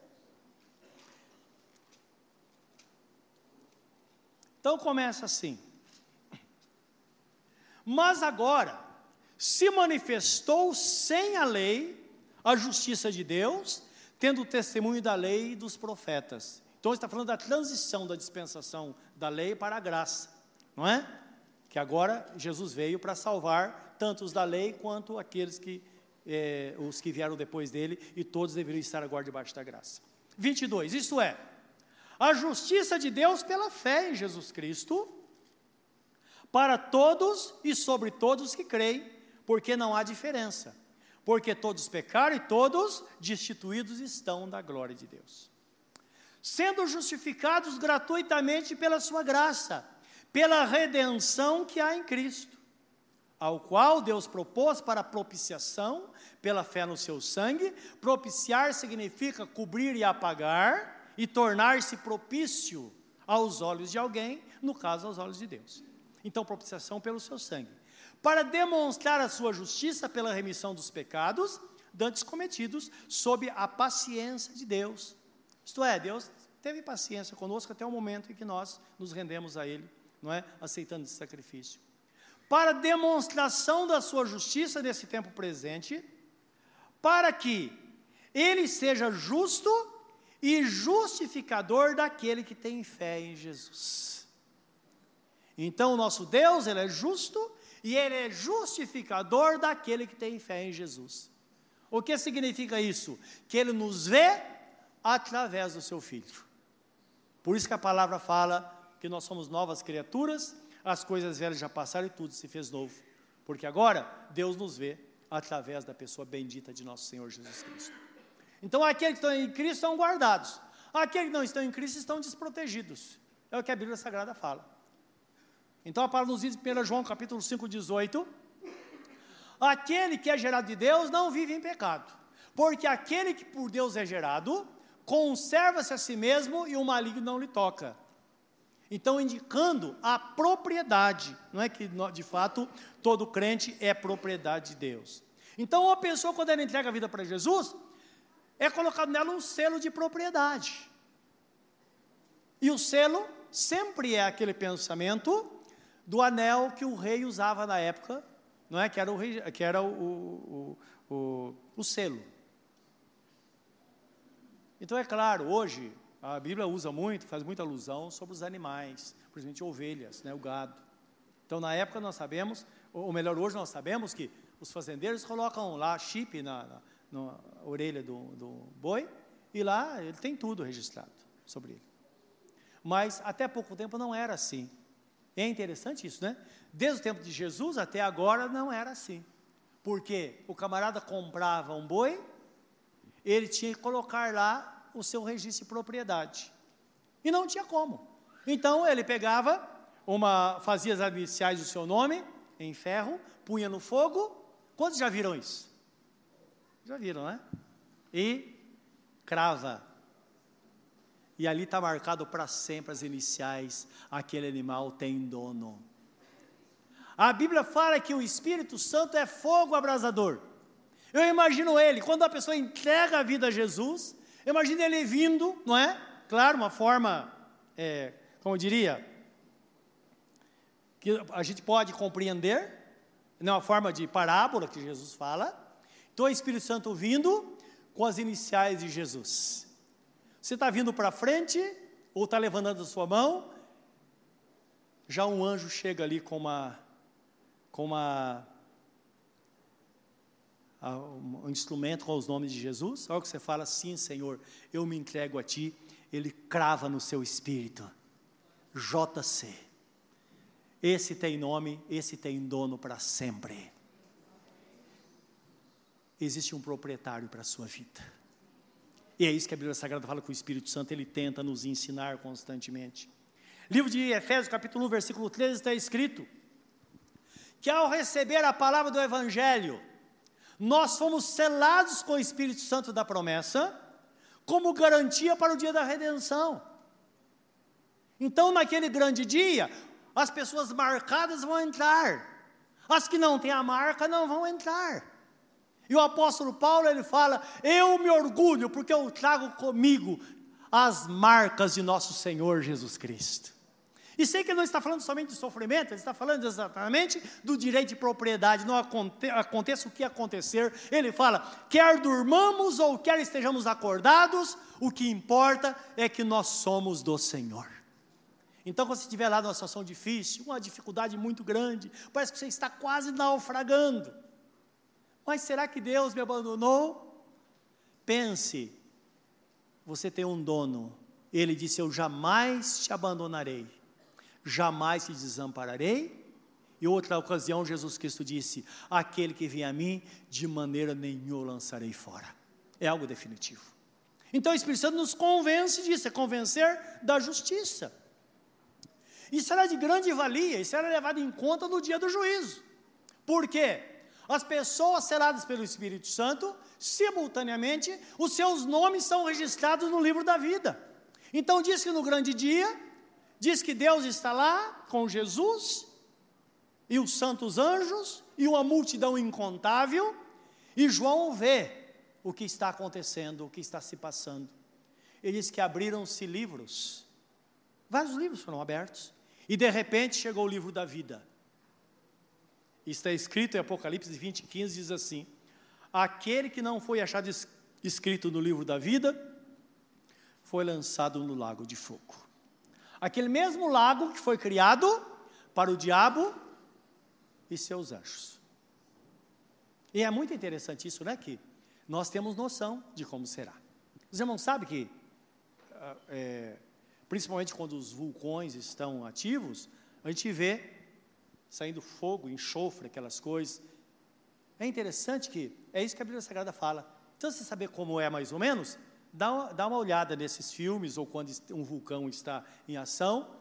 Então começa assim: mas agora se manifestou sem a lei a justiça de Deus, tendo o testemunho da lei e dos profetas. Então, ele está falando da transição da dispensação da lei para a graça, não é? Que agora Jesus veio para salvar tanto os da lei quanto aqueles que, os que vieram depois dele, e todos deveriam estar agora debaixo da graça. 22, isto é, a justiça de Deus pela fé em Jesus Cristo, para todos e sobre todos que creem, porque não há diferença. Porque todos pecaram e todos destituídos estão da glória de Deus. Sendo justificados gratuitamente pela sua graça, pela redenção que há em Cristo, ao qual Deus propôs para propiciação, pela fé no seu sangue. Propiciar significa cobrir e apagar, e tornar-se propício aos olhos de alguém, no caso aos olhos de Deus. Então, propiciação pelo seu sangue, para demonstrar a sua justiça pela remissão dos pecados dantes cometidos, sob a paciência de Deus. Isto é, Deus teve paciência conosco até o momento em que nós nos rendemos a Ele, não é? Aceitando esse sacrifício. Para demonstração da sua justiça nesse tempo presente, para que Ele seja justo e justificador daquele que tem fé em Jesus. Então, o nosso Deus, Ele é justo, e Ele é justificador daquele que tem fé em Jesus. O que significa isso? Que Ele nos vê através do Seu Filho. Por isso que a palavra fala que nós somos novas criaturas, as coisas velhas já passaram e tudo se fez novo. Porque agora Deus nos vê através da pessoa bendita de nosso Senhor Jesus Cristo. Então aqueles que estão em Cristo estão guardados. Aqueles que não estão em Cristo estão desprotegidos. É o que a Bíblia Sagrada fala. Então a palavra nos diz em 1 João capítulo 5, 18, aquele que é gerado de Deus não vive em pecado, porque aquele que por Deus é gerado, conserva-se a si mesmo e o maligno não lhe toca. Então indicando a propriedade, não é que de fato todo crente é propriedade de Deus. Então uma pessoa, quando ela entrega a vida para Jesus, é colocado nela um selo de propriedade. E o selo sempre é aquele pensamento do anel que o rei usava na época, não é? Que era o selo. Então é claro, hoje a Bíblia usa muito, faz muita alusão sobre os animais, principalmente ovelhas, né, o gado. Então na época nós sabemos, ou melhor, hoje nós sabemos que os fazendeiros colocam lá chip na orelha do boi, e lá ele tem tudo registrado sobre ele. Mas até pouco tempo não era assim. É interessante isso, né? Desde o tempo de Jesus até agora não era assim. Porque o camarada comprava um boi, ele tinha que colocar lá o seu registro de propriedade. E não tinha como. Então ele pegava, fazia as iniciais do seu nome, em ferro, punha no fogo. Quantos já viram isso? Já viram, né? E crava. E ali está marcado para sempre as iniciais, aquele animal tem dono. A Bíblia fala que o Espírito Santo é fogo abrasador. Eu imagino ele, quando a pessoa entrega a vida a Jesus, eu imagino ele vindo, não é? Claro, uma forma, como eu diria, que a gente pode compreender, não é uma forma de parábola que Jesus fala. Então o Espírito Santo vindo com as iniciais de Jesus. Você está vindo para frente, ou está levantando a sua mão, já um anjo chega ali com um instrumento com os nomes de Jesus. Olha o que você fala: sim, Senhor, eu me entrego a Ti. Ele crava no seu espírito: JC, esse tem nome, esse tem dono para sempre. Existe um proprietário para a sua vida. E é isso que a Bíblia Sagrada fala, que o Espírito Santo ele tenta nos ensinar constantemente. Livro de Efésios, capítulo 1, versículo 13, está escrito que ao receber a palavra do Evangelho, nós fomos selados com o Espírito Santo da promessa, como garantia para o dia da redenção. Então, naquele grande dia, as pessoas marcadas vão entrar, as que não têm a marca não vão entrar. E o apóstolo Paulo, ele fala, eu me orgulho, porque eu trago comigo as marcas de nosso Senhor Jesus Cristo. E sei que ele não está falando somente de sofrimento, ele está falando exatamente do direito de propriedade, não aconteça o que acontecer, ele fala, quer durmamos ou quer estejamos acordados, o que importa é que nós somos do Senhor. Então, quando você estiver lá numa situação difícil, uma dificuldade muito grande, parece que você está quase naufragando, mas será que Deus me abandonou? Pense, você tem um dono, ele disse, eu jamais te abandonarei, jamais te desampararei. E outra ocasião Jesus Cristo disse, aquele que vem a mim, de maneira nenhuma o lançarei fora. É algo definitivo. Então o Espírito Santo nos convence disso, é convencer da justiça. Isso será de grande valia, isso será levado em conta no dia do juízo. Por quê? As pessoas seladas pelo Espírito Santo, simultaneamente, os seus nomes são registrados no livro da vida. Então diz que no grande dia, diz que Deus está lá com Jesus, e os santos anjos, e uma multidão incontável, e João vê o que está acontecendo, o que está se passando. Ele diz que abriram-se livros, vários livros foram abertos, e de repente chegou o livro da vida. Está escrito em Apocalipse 20:15, diz assim, aquele que não foi achado escrito no livro da vida, foi lançado no lago de fogo. Aquele mesmo lago que foi criado para o diabo e seus anjos. E é muito interessante isso, né, que nós temos noção de como será. Os irmãos sabem que, principalmente quando os vulcões estão ativos, a gente vê saindo fogo, enxofre, aquelas coisas. É interessante que, é isso que a Bíblia Sagrada fala. Então, você saber como é mais ou menos, dá uma olhada nesses filmes, ou quando um vulcão está em ação,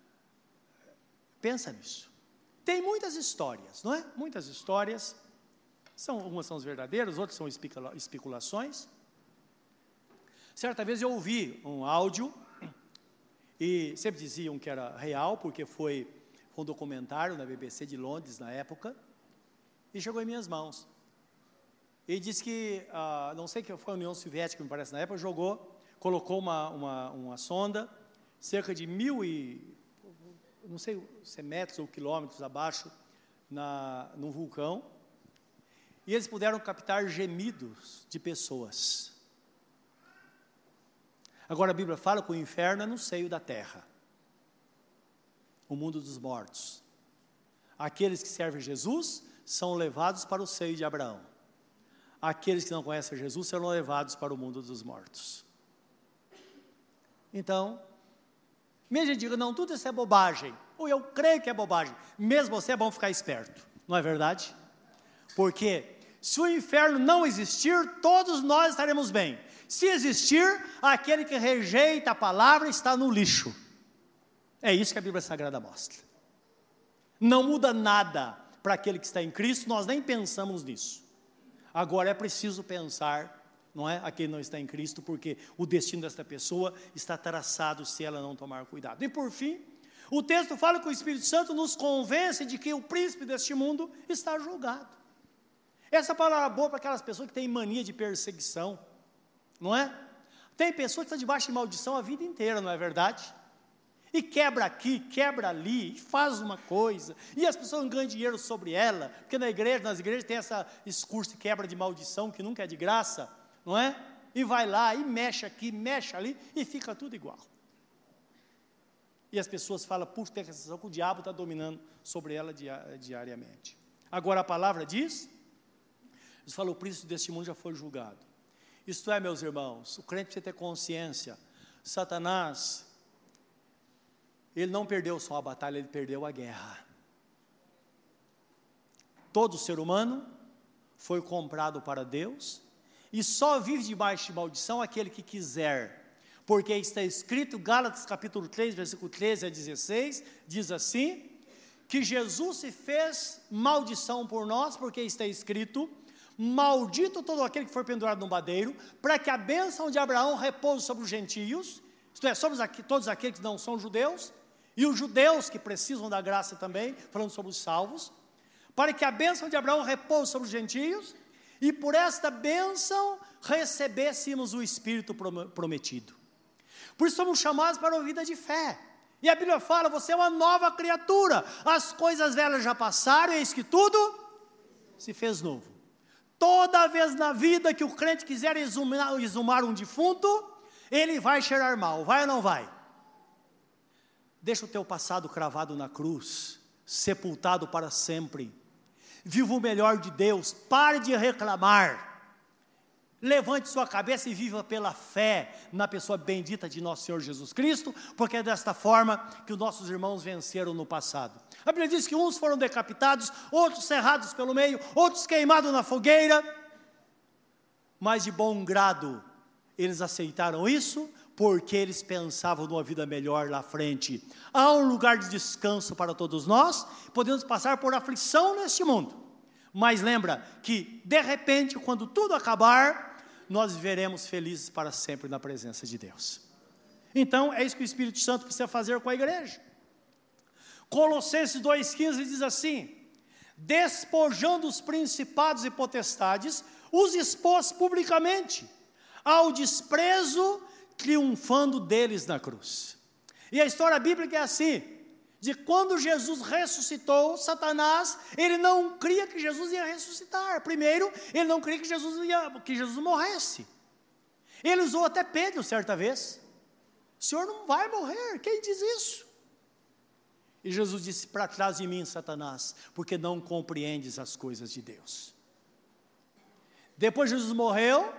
pensa nisso. Tem muitas histórias, não é? Muitas histórias, umas são as verdadeiras, outras são especulações. Certa vez eu ouvi um áudio, e sempre diziam que era real, porque foi um documentário na BBC de Londres, na época, e chegou em minhas mãos. E disse que, não sei que foi a União Soviética, me parece, na época, colocou uma sonda, cerca de 1.000 não sei se é metros ou quilômetros abaixo, no vulcão, e eles puderam captar gemidos de pessoas. Agora a Bíblia fala que o inferno é no seio da terra, o mundo dos mortos. Aqueles que servem Jesus são levados para o seio de Abraão. Aqueles que não conhecem Jesus serão levados para o mundo dos mortos. Então, mesmo gente diga, não, tudo isso é bobagem, ou eu creio que é bobagem, mesmo você é bom ficar esperto, não é verdade? Porque se o inferno não existir, todos nós estaremos bem. Se existir, aquele que rejeita a palavra está no lixo. É isso que a Bíblia Sagrada mostra. Não muda nada para aquele que está em Cristo, nós nem pensamos nisso. Agora é preciso pensar, não é? Aquele que não está em Cristo, porque o destino desta pessoa está traçado se ela não tomar cuidado. E por fim, o texto fala que o Espírito Santo nos convence de que o príncipe deste mundo está julgado. Essa palavra é boa para aquelas pessoas que têm mania de perseguição, não é? Tem pessoas que estão debaixo de maldição a vida inteira, não é verdade? E quebra aqui, quebra ali, e faz uma coisa, e as pessoas ganham dinheiro sobre ela, porque nas igrejas tem esse discurso de quebra de maldição, que nunca é de graça, não é? E vai lá, e mexe aqui, mexe ali, e fica tudo igual. E as pessoas falam, puxa, tem a sensação que o diabo está dominando sobre ela diariamente. Agora a palavra diz, Deus fala, o príncipe deste mundo já foi julgado. Isto é, meus irmãos, o crente precisa ter consciência, Satanás, ele não perdeu só a batalha, ele perdeu a guerra. Todo ser humano foi comprado para Deus, e só vive debaixo de maldição aquele que quiser, porque está escrito, Gálatas capítulo 3, versículo 13 a 16, diz assim, que Jesus se fez maldição por nós, porque está escrito, maldito todo aquele que for pendurado no madeiro, para que a bênção de Abraão repouse sobre os gentios, isto é, sobre todos aqueles que não são judeus, e os judeus que precisam da graça também, falando sobre os salvos, para que a bênção de Abraão repouse sobre os gentios, e por esta bênção recebêssemos o Espírito prometido. Por isso somos chamados para uma vida de fé. E a Bíblia fala, você é uma nova criatura, as coisas velhas já passaram, eis que tudo se fez novo. Toda vez na vida que o crente quiser exumar um defunto, ele vai cheirar mal, vai ou não vai? Deixa o teu passado cravado na cruz, sepultado para sempre. Viva o melhor de Deus, pare de reclamar. Levante sua cabeça e viva pela fé na pessoa bendita de nosso Senhor Jesus Cristo, porque é desta forma que os nossos irmãos venceram no passado. A Bíblia diz que uns foram decapitados, outros serrados pelo meio, outros queimados na fogueira, mas de bom grado eles aceitaram isso, porque eles pensavam numa vida melhor lá à frente. Há um lugar de descanso para todos nós, podemos passar por aflição neste mundo, mas lembra que de repente, quando tudo acabar, nós viveremos felizes para sempre na presença de Deus. Então, é isso que o Espírito Santo precisa fazer com a igreja. Colossenses 2,15 diz assim: despojando os principados e potestades, os expôs publicamente ao desprezo, triunfando deles na cruz. E a história bíblica é assim, de quando Jesus ressuscitou, Satanás, ele não cria que Jesus ia ressuscitar. Primeiro, ele não cria que Jesus morresse. Ele usou até Pedro certa vez. O Senhor não vai morrer, quem diz isso? E Jesus disse, para trás de mim, Satanás, porque não compreendes as coisas de Deus. Depois Jesus morreu,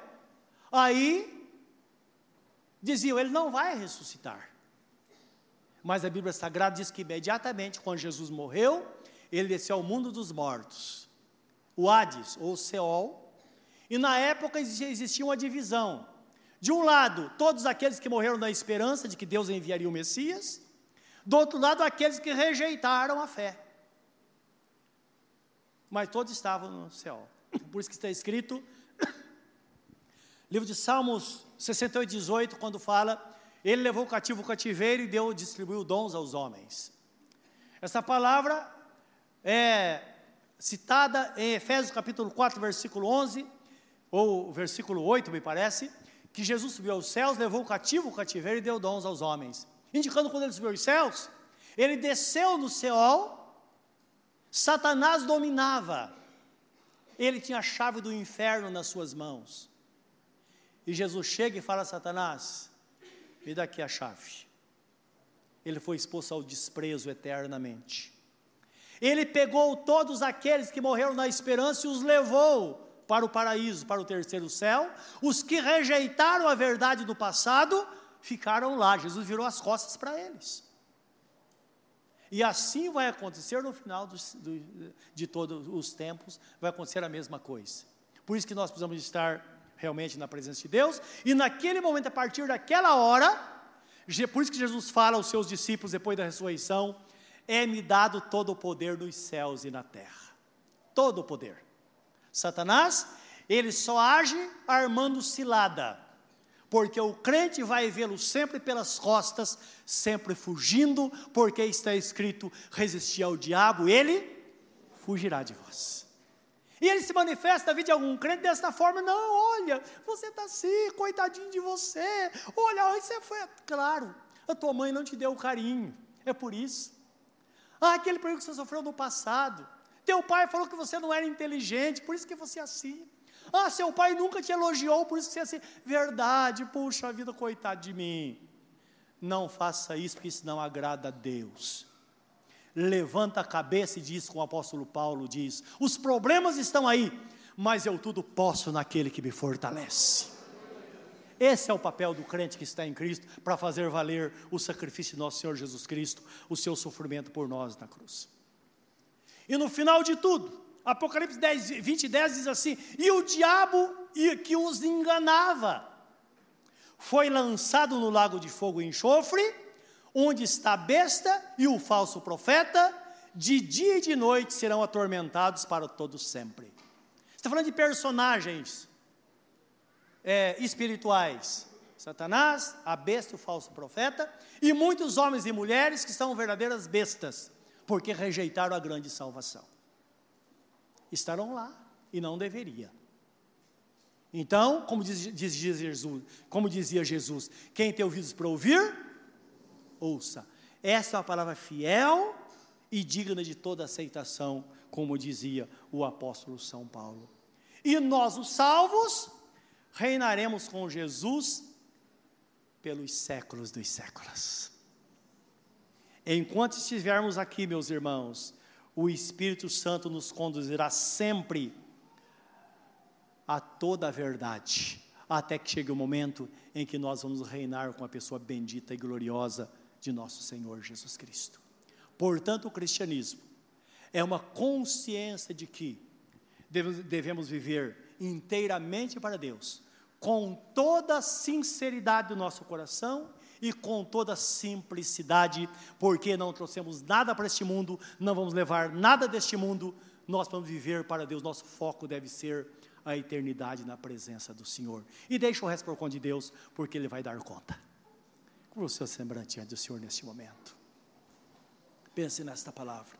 aí diziam, ele não vai ressuscitar. Mas a Bíblia Sagrada diz que imediatamente, quando Jesus morreu, ele desceu ao mundo dos mortos, o Hades, ou Seol, e na época existia uma divisão. De um lado, todos aqueles que morreram na esperança de que Deus enviaria o Messias, do outro lado, aqueles que rejeitaram a fé. Mas todos estavam no Seol. Por isso que está escrito, livro de Salmos 68:18, quando fala, ele levou o cativo o cativeiro e distribuiu dons aos homens. Essa palavra é citada em Efésios capítulo 4, versículo 11, ou versículo 8, me parece, que Jesus subiu aos céus, levou o cativo o cativeiro e deu dons aos homens. Indicando quando ele subiu aos céus, ele desceu no Seol, Satanás dominava, ele tinha a chave do inferno nas suas mãos. E Jesus chega e fala a Satanás, me dá aqui a chave. Ele foi exposto ao desprezo eternamente. Ele pegou todos aqueles que morreram na esperança e os levou para o paraíso, para o terceiro céu. Os que rejeitaram a verdade do passado, ficaram lá. Jesus virou as costas para eles. E assim vai acontecer no final de todos os tempos, vai acontecer a mesma coisa. Por isso que nós precisamos estar realmente na presença de Deus, e naquele momento, a partir daquela hora, por isso que Jesus fala aos seus discípulos depois da ressurreição, é-me dado todo o poder nos céus e na terra, todo o poder. Satanás, ele só age armando cilada, porque o crente vai vê-lo sempre pelas costas, sempre fugindo, porque está escrito, resistir ao diabo, ele fugirá de vós. E ele se manifesta na vida de algum crente desta forma, não, olha, você está assim, coitadinho de você, olha, você foi, claro, a tua mãe não te deu carinho, é por isso. Aquele perigo que você sofreu no passado, teu pai falou que você não era inteligente, por isso que você é assim. Seu pai nunca te elogiou, por isso que você é assim, verdade, puxa vida, coitado de mim. Não faça isso, porque isso não agrada a Deus. Levanta a cabeça e diz, como o apóstolo Paulo diz, os problemas estão aí, mas eu tudo posso naquele que me fortalece. Esse é o papel do crente que está em Cristo, para fazer valer o sacrifício de nosso Senhor Jesus Cristo, o seu sofrimento por nós na cruz. E no final de tudo, Apocalipse 20:10 diz assim, e o diabo que os enganava, foi lançado no lago de fogo e enxofre, onde está a besta e o falso profeta, de dia e de noite serão atormentados para todo sempre. Está falando de personagens espirituais, Satanás, a besta e o falso profeta, e muitos homens e mulheres que são verdadeiras bestas, porque rejeitaram a grande salvação. Estarão lá, e não deveria. Então, como dizia Jesus, quem tem ouvidos para ouvir, ouça. Essa é uma palavra fiel e digna de toda aceitação, como dizia o apóstolo São Paulo. E nós, os salvos, reinaremos com Jesus pelos séculos dos séculos. Enquanto estivermos aqui, meus irmãos, o Espírito Santo nos conduzirá sempre a toda a verdade, até que chegue o momento em que nós vamos reinar com a pessoa bendita e gloriosa de nosso Senhor Jesus Cristo. Portanto, o cristianismo é uma consciência de que devemos viver inteiramente para Deus, com toda a sinceridade do nosso coração e com toda a simplicidade, porque não trouxemos nada para este mundo, não vamos levar nada deste mundo, nós vamos viver para Deus, nosso foco deve ser a eternidade na presença do Senhor. E deixa o resto por conta de Deus, porque Ele vai dar conta. Curva o seu semblante diante do Senhor neste momento. Pense nesta palavra.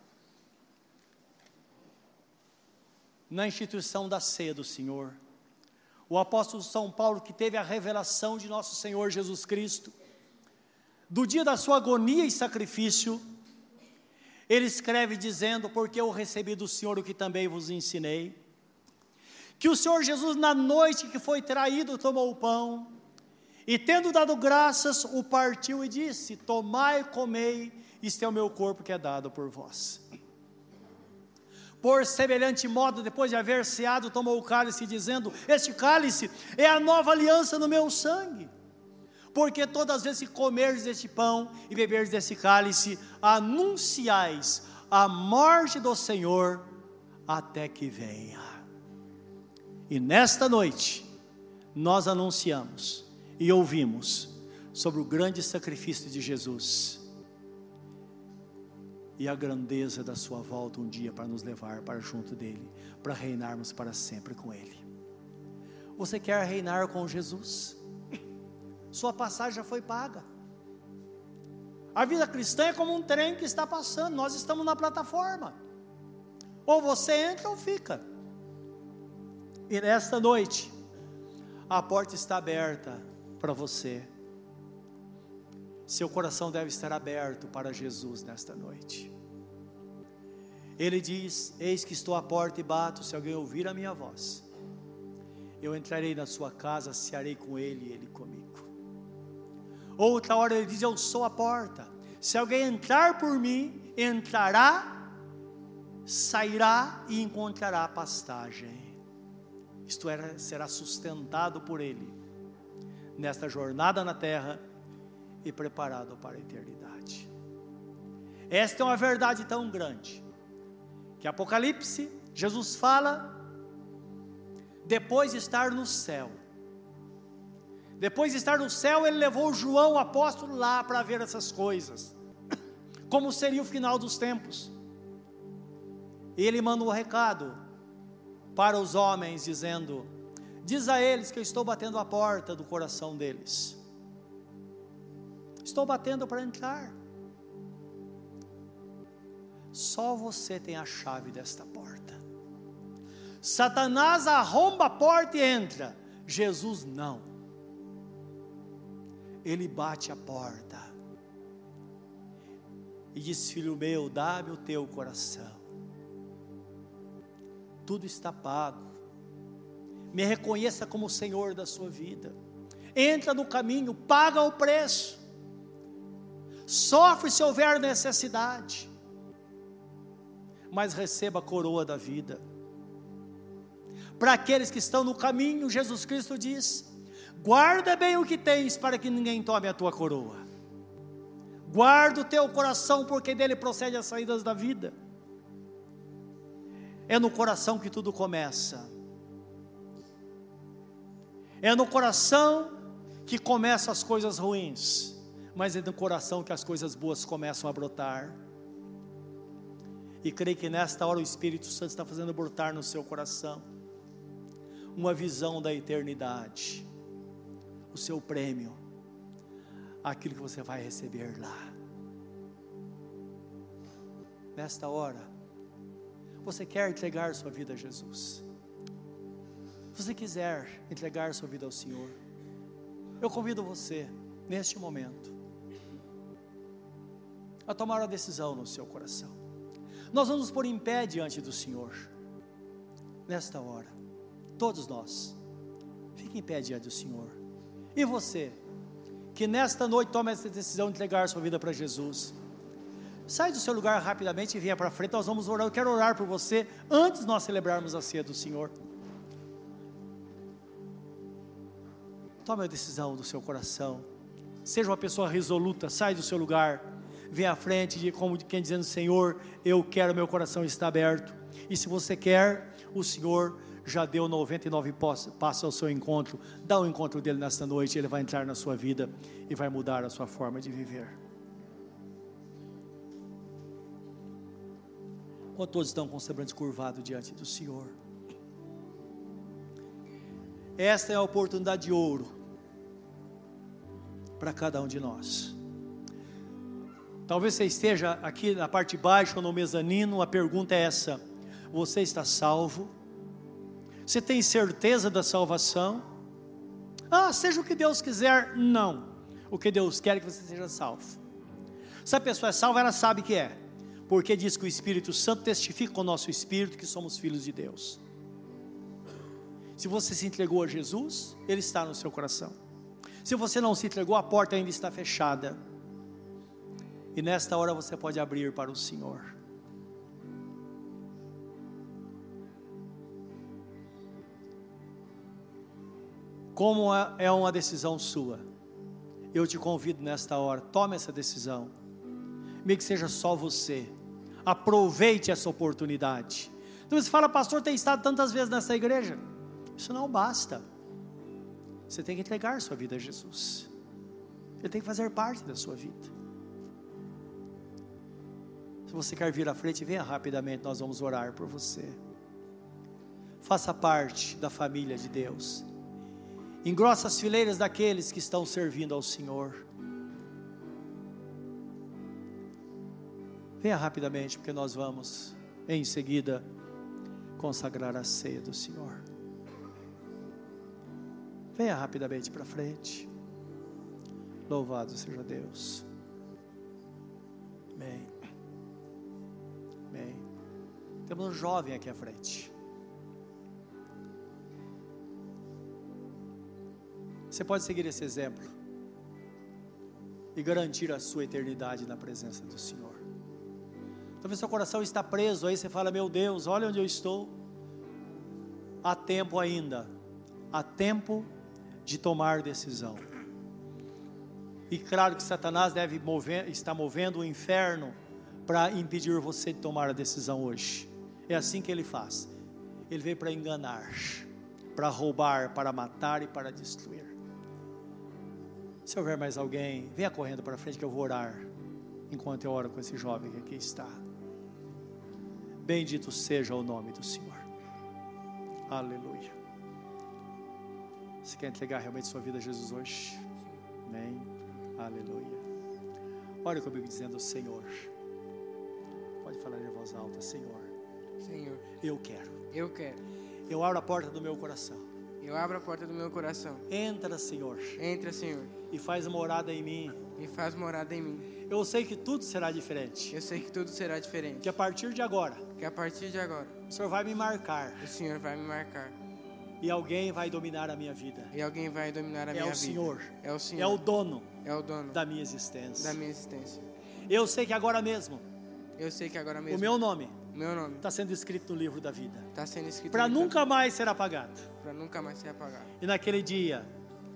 Na instituição da ceia do Senhor, o apóstolo São Paulo, que teve a revelação de nosso Senhor Jesus Cristo, do dia da sua agonia e sacrifício, ele escreve dizendo: porque eu recebi do Senhor o que também vos ensinei, que o Senhor Jesus, na noite que foi traído, tomou o pão, e tendo dado graças, o partiu e disse: tomai e comei, isto é o meu corpo que é dado por vós. Por semelhante modo, depois de haver ceado, tomou o cálice, dizendo: este cálice é a nova aliança no meu sangue. Porque todas as vezes que comerdes este pão e beberdes desse cálice, anunciais a morte do Senhor até que venha. E nesta noite, nós anunciamos e ouvimos sobre o grande sacrifício de Jesus e a grandeza da sua volta um dia para nos levar para junto dele, para reinarmos para sempre com ele. Você quer reinar com Jesus? Sua passagem já foi paga. A vida cristã é como um trem que está passando, nós estamos na plataforma. Ou você entra ou fica. E nesta noite, a porta está aberta para você. Seu coração deve estar aberto para Jesus nesta noite. Ele diz: eis que estou à porta e bato, se alguém ouvir a minha voz, eu entrarei na sua casa, cearei com ele e ele comigo. Outra hora ele diz: eu sou a porta, se alguém entrar por mim, entrará, sairá e encontrará pastagem. Isto é, será sustentado por ele nesta jornada na terra e preparado para a eternidade. Esta é uma verdade tão grande que Apocalipse, Jesus fala depois de estar no céu. Depois de estar no céu, ele levou João, o apóstolo, lá para ver essas coisas, como seria o final dos tempos. E ele manda um recado para os homens, dizendo: diz a eles que eu estou batendo a porta do coração deles. Estou batendo para entrar. Só você tem a chave desta porta. Satanás arromba a porta e entra. Jesus não. Ele bate a porta e diz: filho meu, dá-me o teu coração. Tudo está pago. Me reconheça como o Senhor da sua vida. Entra no caminho, paga o preço. Sofre se houver necessidade, mas receba a coroa da vida. Para aqueles que estão no caminho, Jesus Cristo diz: guarda bem o que tens, para que ninguém tome a tua coroa. Guarda o teu coração, porque dele procede as saídas da vida. É no coração que tudo começa. É no coração que começam as coisas ruins, mas é no coração que as coisas boas começam a brotar. E creio que nesta hora o Espírito Santo está fazendo brotar no seu coração uma visão da eternidade, o seu prêmio, aquilo que você vai receber lá. Nesta hora, você quer entregar sua vida a Jesus? Se você quiser entregar sua vida ao Senhor, eu convido você, neste momento, a tomar uma decisão no seu coração. Nós vamos nos pôr em pé diante do Senhor, nesta hora, todos nós, fique em pé diante do Senhor. E você, que nesta noite toma essa decisão de entregar sua vida para Jesus, sai do seu lugar rapidamente e venha para frente, nós vamos orar. Eu quero orar por você, antes de nós celebrarmos a ceia do Senhor. Tome a decisão do seu coração, seja uma pessoa resoluta, sai do seu lugar, vem à frente, como quem dizendo: Senhor, eu quero, meu coração está aberto. E se você quer, o Senhor já deu 99 passos ao seu encontro. Dá o encontro dele nesta noite, ele vai entrar na sua vida e vai mudar a sua forma de viver. Quando todos estão com o semblante curvado diante do Senhor, esta é a oportunidade de ouro para cada um de nós. Talvez você esteja aqui na parte de baixo ou no mezanino. A pergunta é essa: você está salvo? Você tem certeza da salvação? Seja o que Deus quiser. Não, o que Deus quer é que você seja salvo. Se a pessoa é salva, ela sabe que é, porque diz que o Espírito Santo testifica com o nosso espírito que somos filhos de Deus. Se você se entregou a Jesus, Ele está no seu coração. Se você não se entregou, a porta ainda está fechada, e nesta hora você pode abrir para o Senhor. Como é uma decisão sua, eu te convido nesta hora, tome essa decisão, mesmo que seja só você, aproveite essa oportunidade. Então você fala: pastor, tem estado tantas vezes nessa igreja. Isso não basta, você tem que entregar sua vida a Jesus, Ele tem que fazer parte da sua vida. Se você quer vir à frente, venha rapidamente, nós vamos orar por você. Faça parte da família de Deus, engrossa as fileiras daqueles que estão servindo ao Senhor. Venha rapidamente, porque nós vamos em seguida consagrar a ceia do Senhor. Venha rapidamente para frente. Louvado seja Deus. Amém. Amém. Temos um jovem aqui à frente. Você pode seguir esse exemplo e garantir a sua eternidade na presença do Senhor. Talvez seu coração está preso, aí você fala: meu Deus, olha onde eu estou. Há tempo ainda, há tempo de tomar decisão. E claro que Satanás está movendo o inferno para impedir você de tomar a decisão hoje. É assim que ele faz. Ele veio para enganar, para roubar, para matar e para destruir. Se houver mais alguém, venha correndo para frente que eu vou orar, enquanto eu oro com esse jovem que aqui está. Bendito seja o nome do Senhor. Aleluia. Você quer entregar realmente sua vida a Jesus hoje? Amém. Aleluia. Ore comigo dizendo: Senhor. Pode falar em voz alta: Senhor. Senhor, Eu quero. Eu abro a porta do meu coração. Eu abro a porta do meu coração. Entra, Senhor. Entra, Senhor. E faz morada em mim. E faz morada em mim. Eu sei que tudo será diferente. Eu sei que tudo será diferente. Que a partir de agora, o Senhor vai me marcar. O Senhor vai me marcar. E alguém vai dominar a minha vida. E alguém vai dominar a minha vida. É o Senhor. É o Senhor. É o dono. É o dono da minha existência. Da minha existência. Eu sei que agora mesmo. O meu nome. Meu nome está sendo escrito no livro da vida. Está sendo escrito. Para nunca mais ser apagado. Para nunca mais ser apagado. E naquele dia.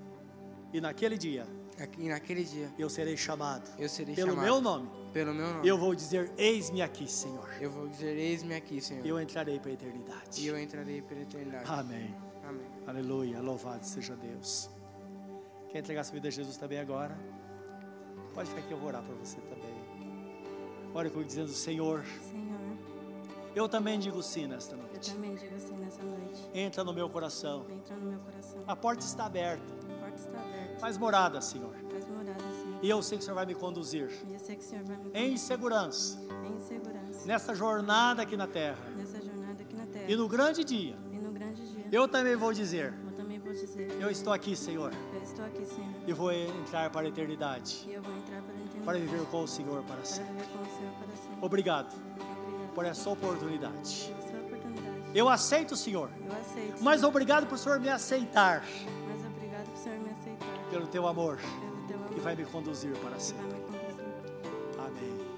Eu serei chamado. Pelo meu nome. Eu vou dizer: eis-me aqui, Senhor. E eu entrarei para a eternidade. Amém. Amém. Aleluia. Louvado seja Deus. Quer entregar sua vida a Jesus também agora? Pode ficar aqui, eu vou orar para você também. Ore comigo dizendo: Senhor. Eu também digo sim nesta noite. Entra no meu coração. A porta está aberta. Faz morada, Senhor. E eu sei que o Senhor vai me conduzir em segurança nessa jornada aqui na terra. E no grande dia Eu também vou dizer: Eu também vou dizer: eu estou aqui, Senhor, eu estou aqui, Senhor, e vou entrar para a eternidade, e eu vou entrar para a eternidade, para viver com o Senhor para para sempre. viver com o Senhor para sempre. Obrigado Obrigado por essa oportunidade. por essa oportunidade. Eu aceito, Senhor, Eu aceito, mas Senhor, obrigado por o Senhor me aceitar mas obrigado por o Senhor me aceitar pelo teu amor pelo teu amor que vai me conduzir para que sempre. vai me conduzir. Amém.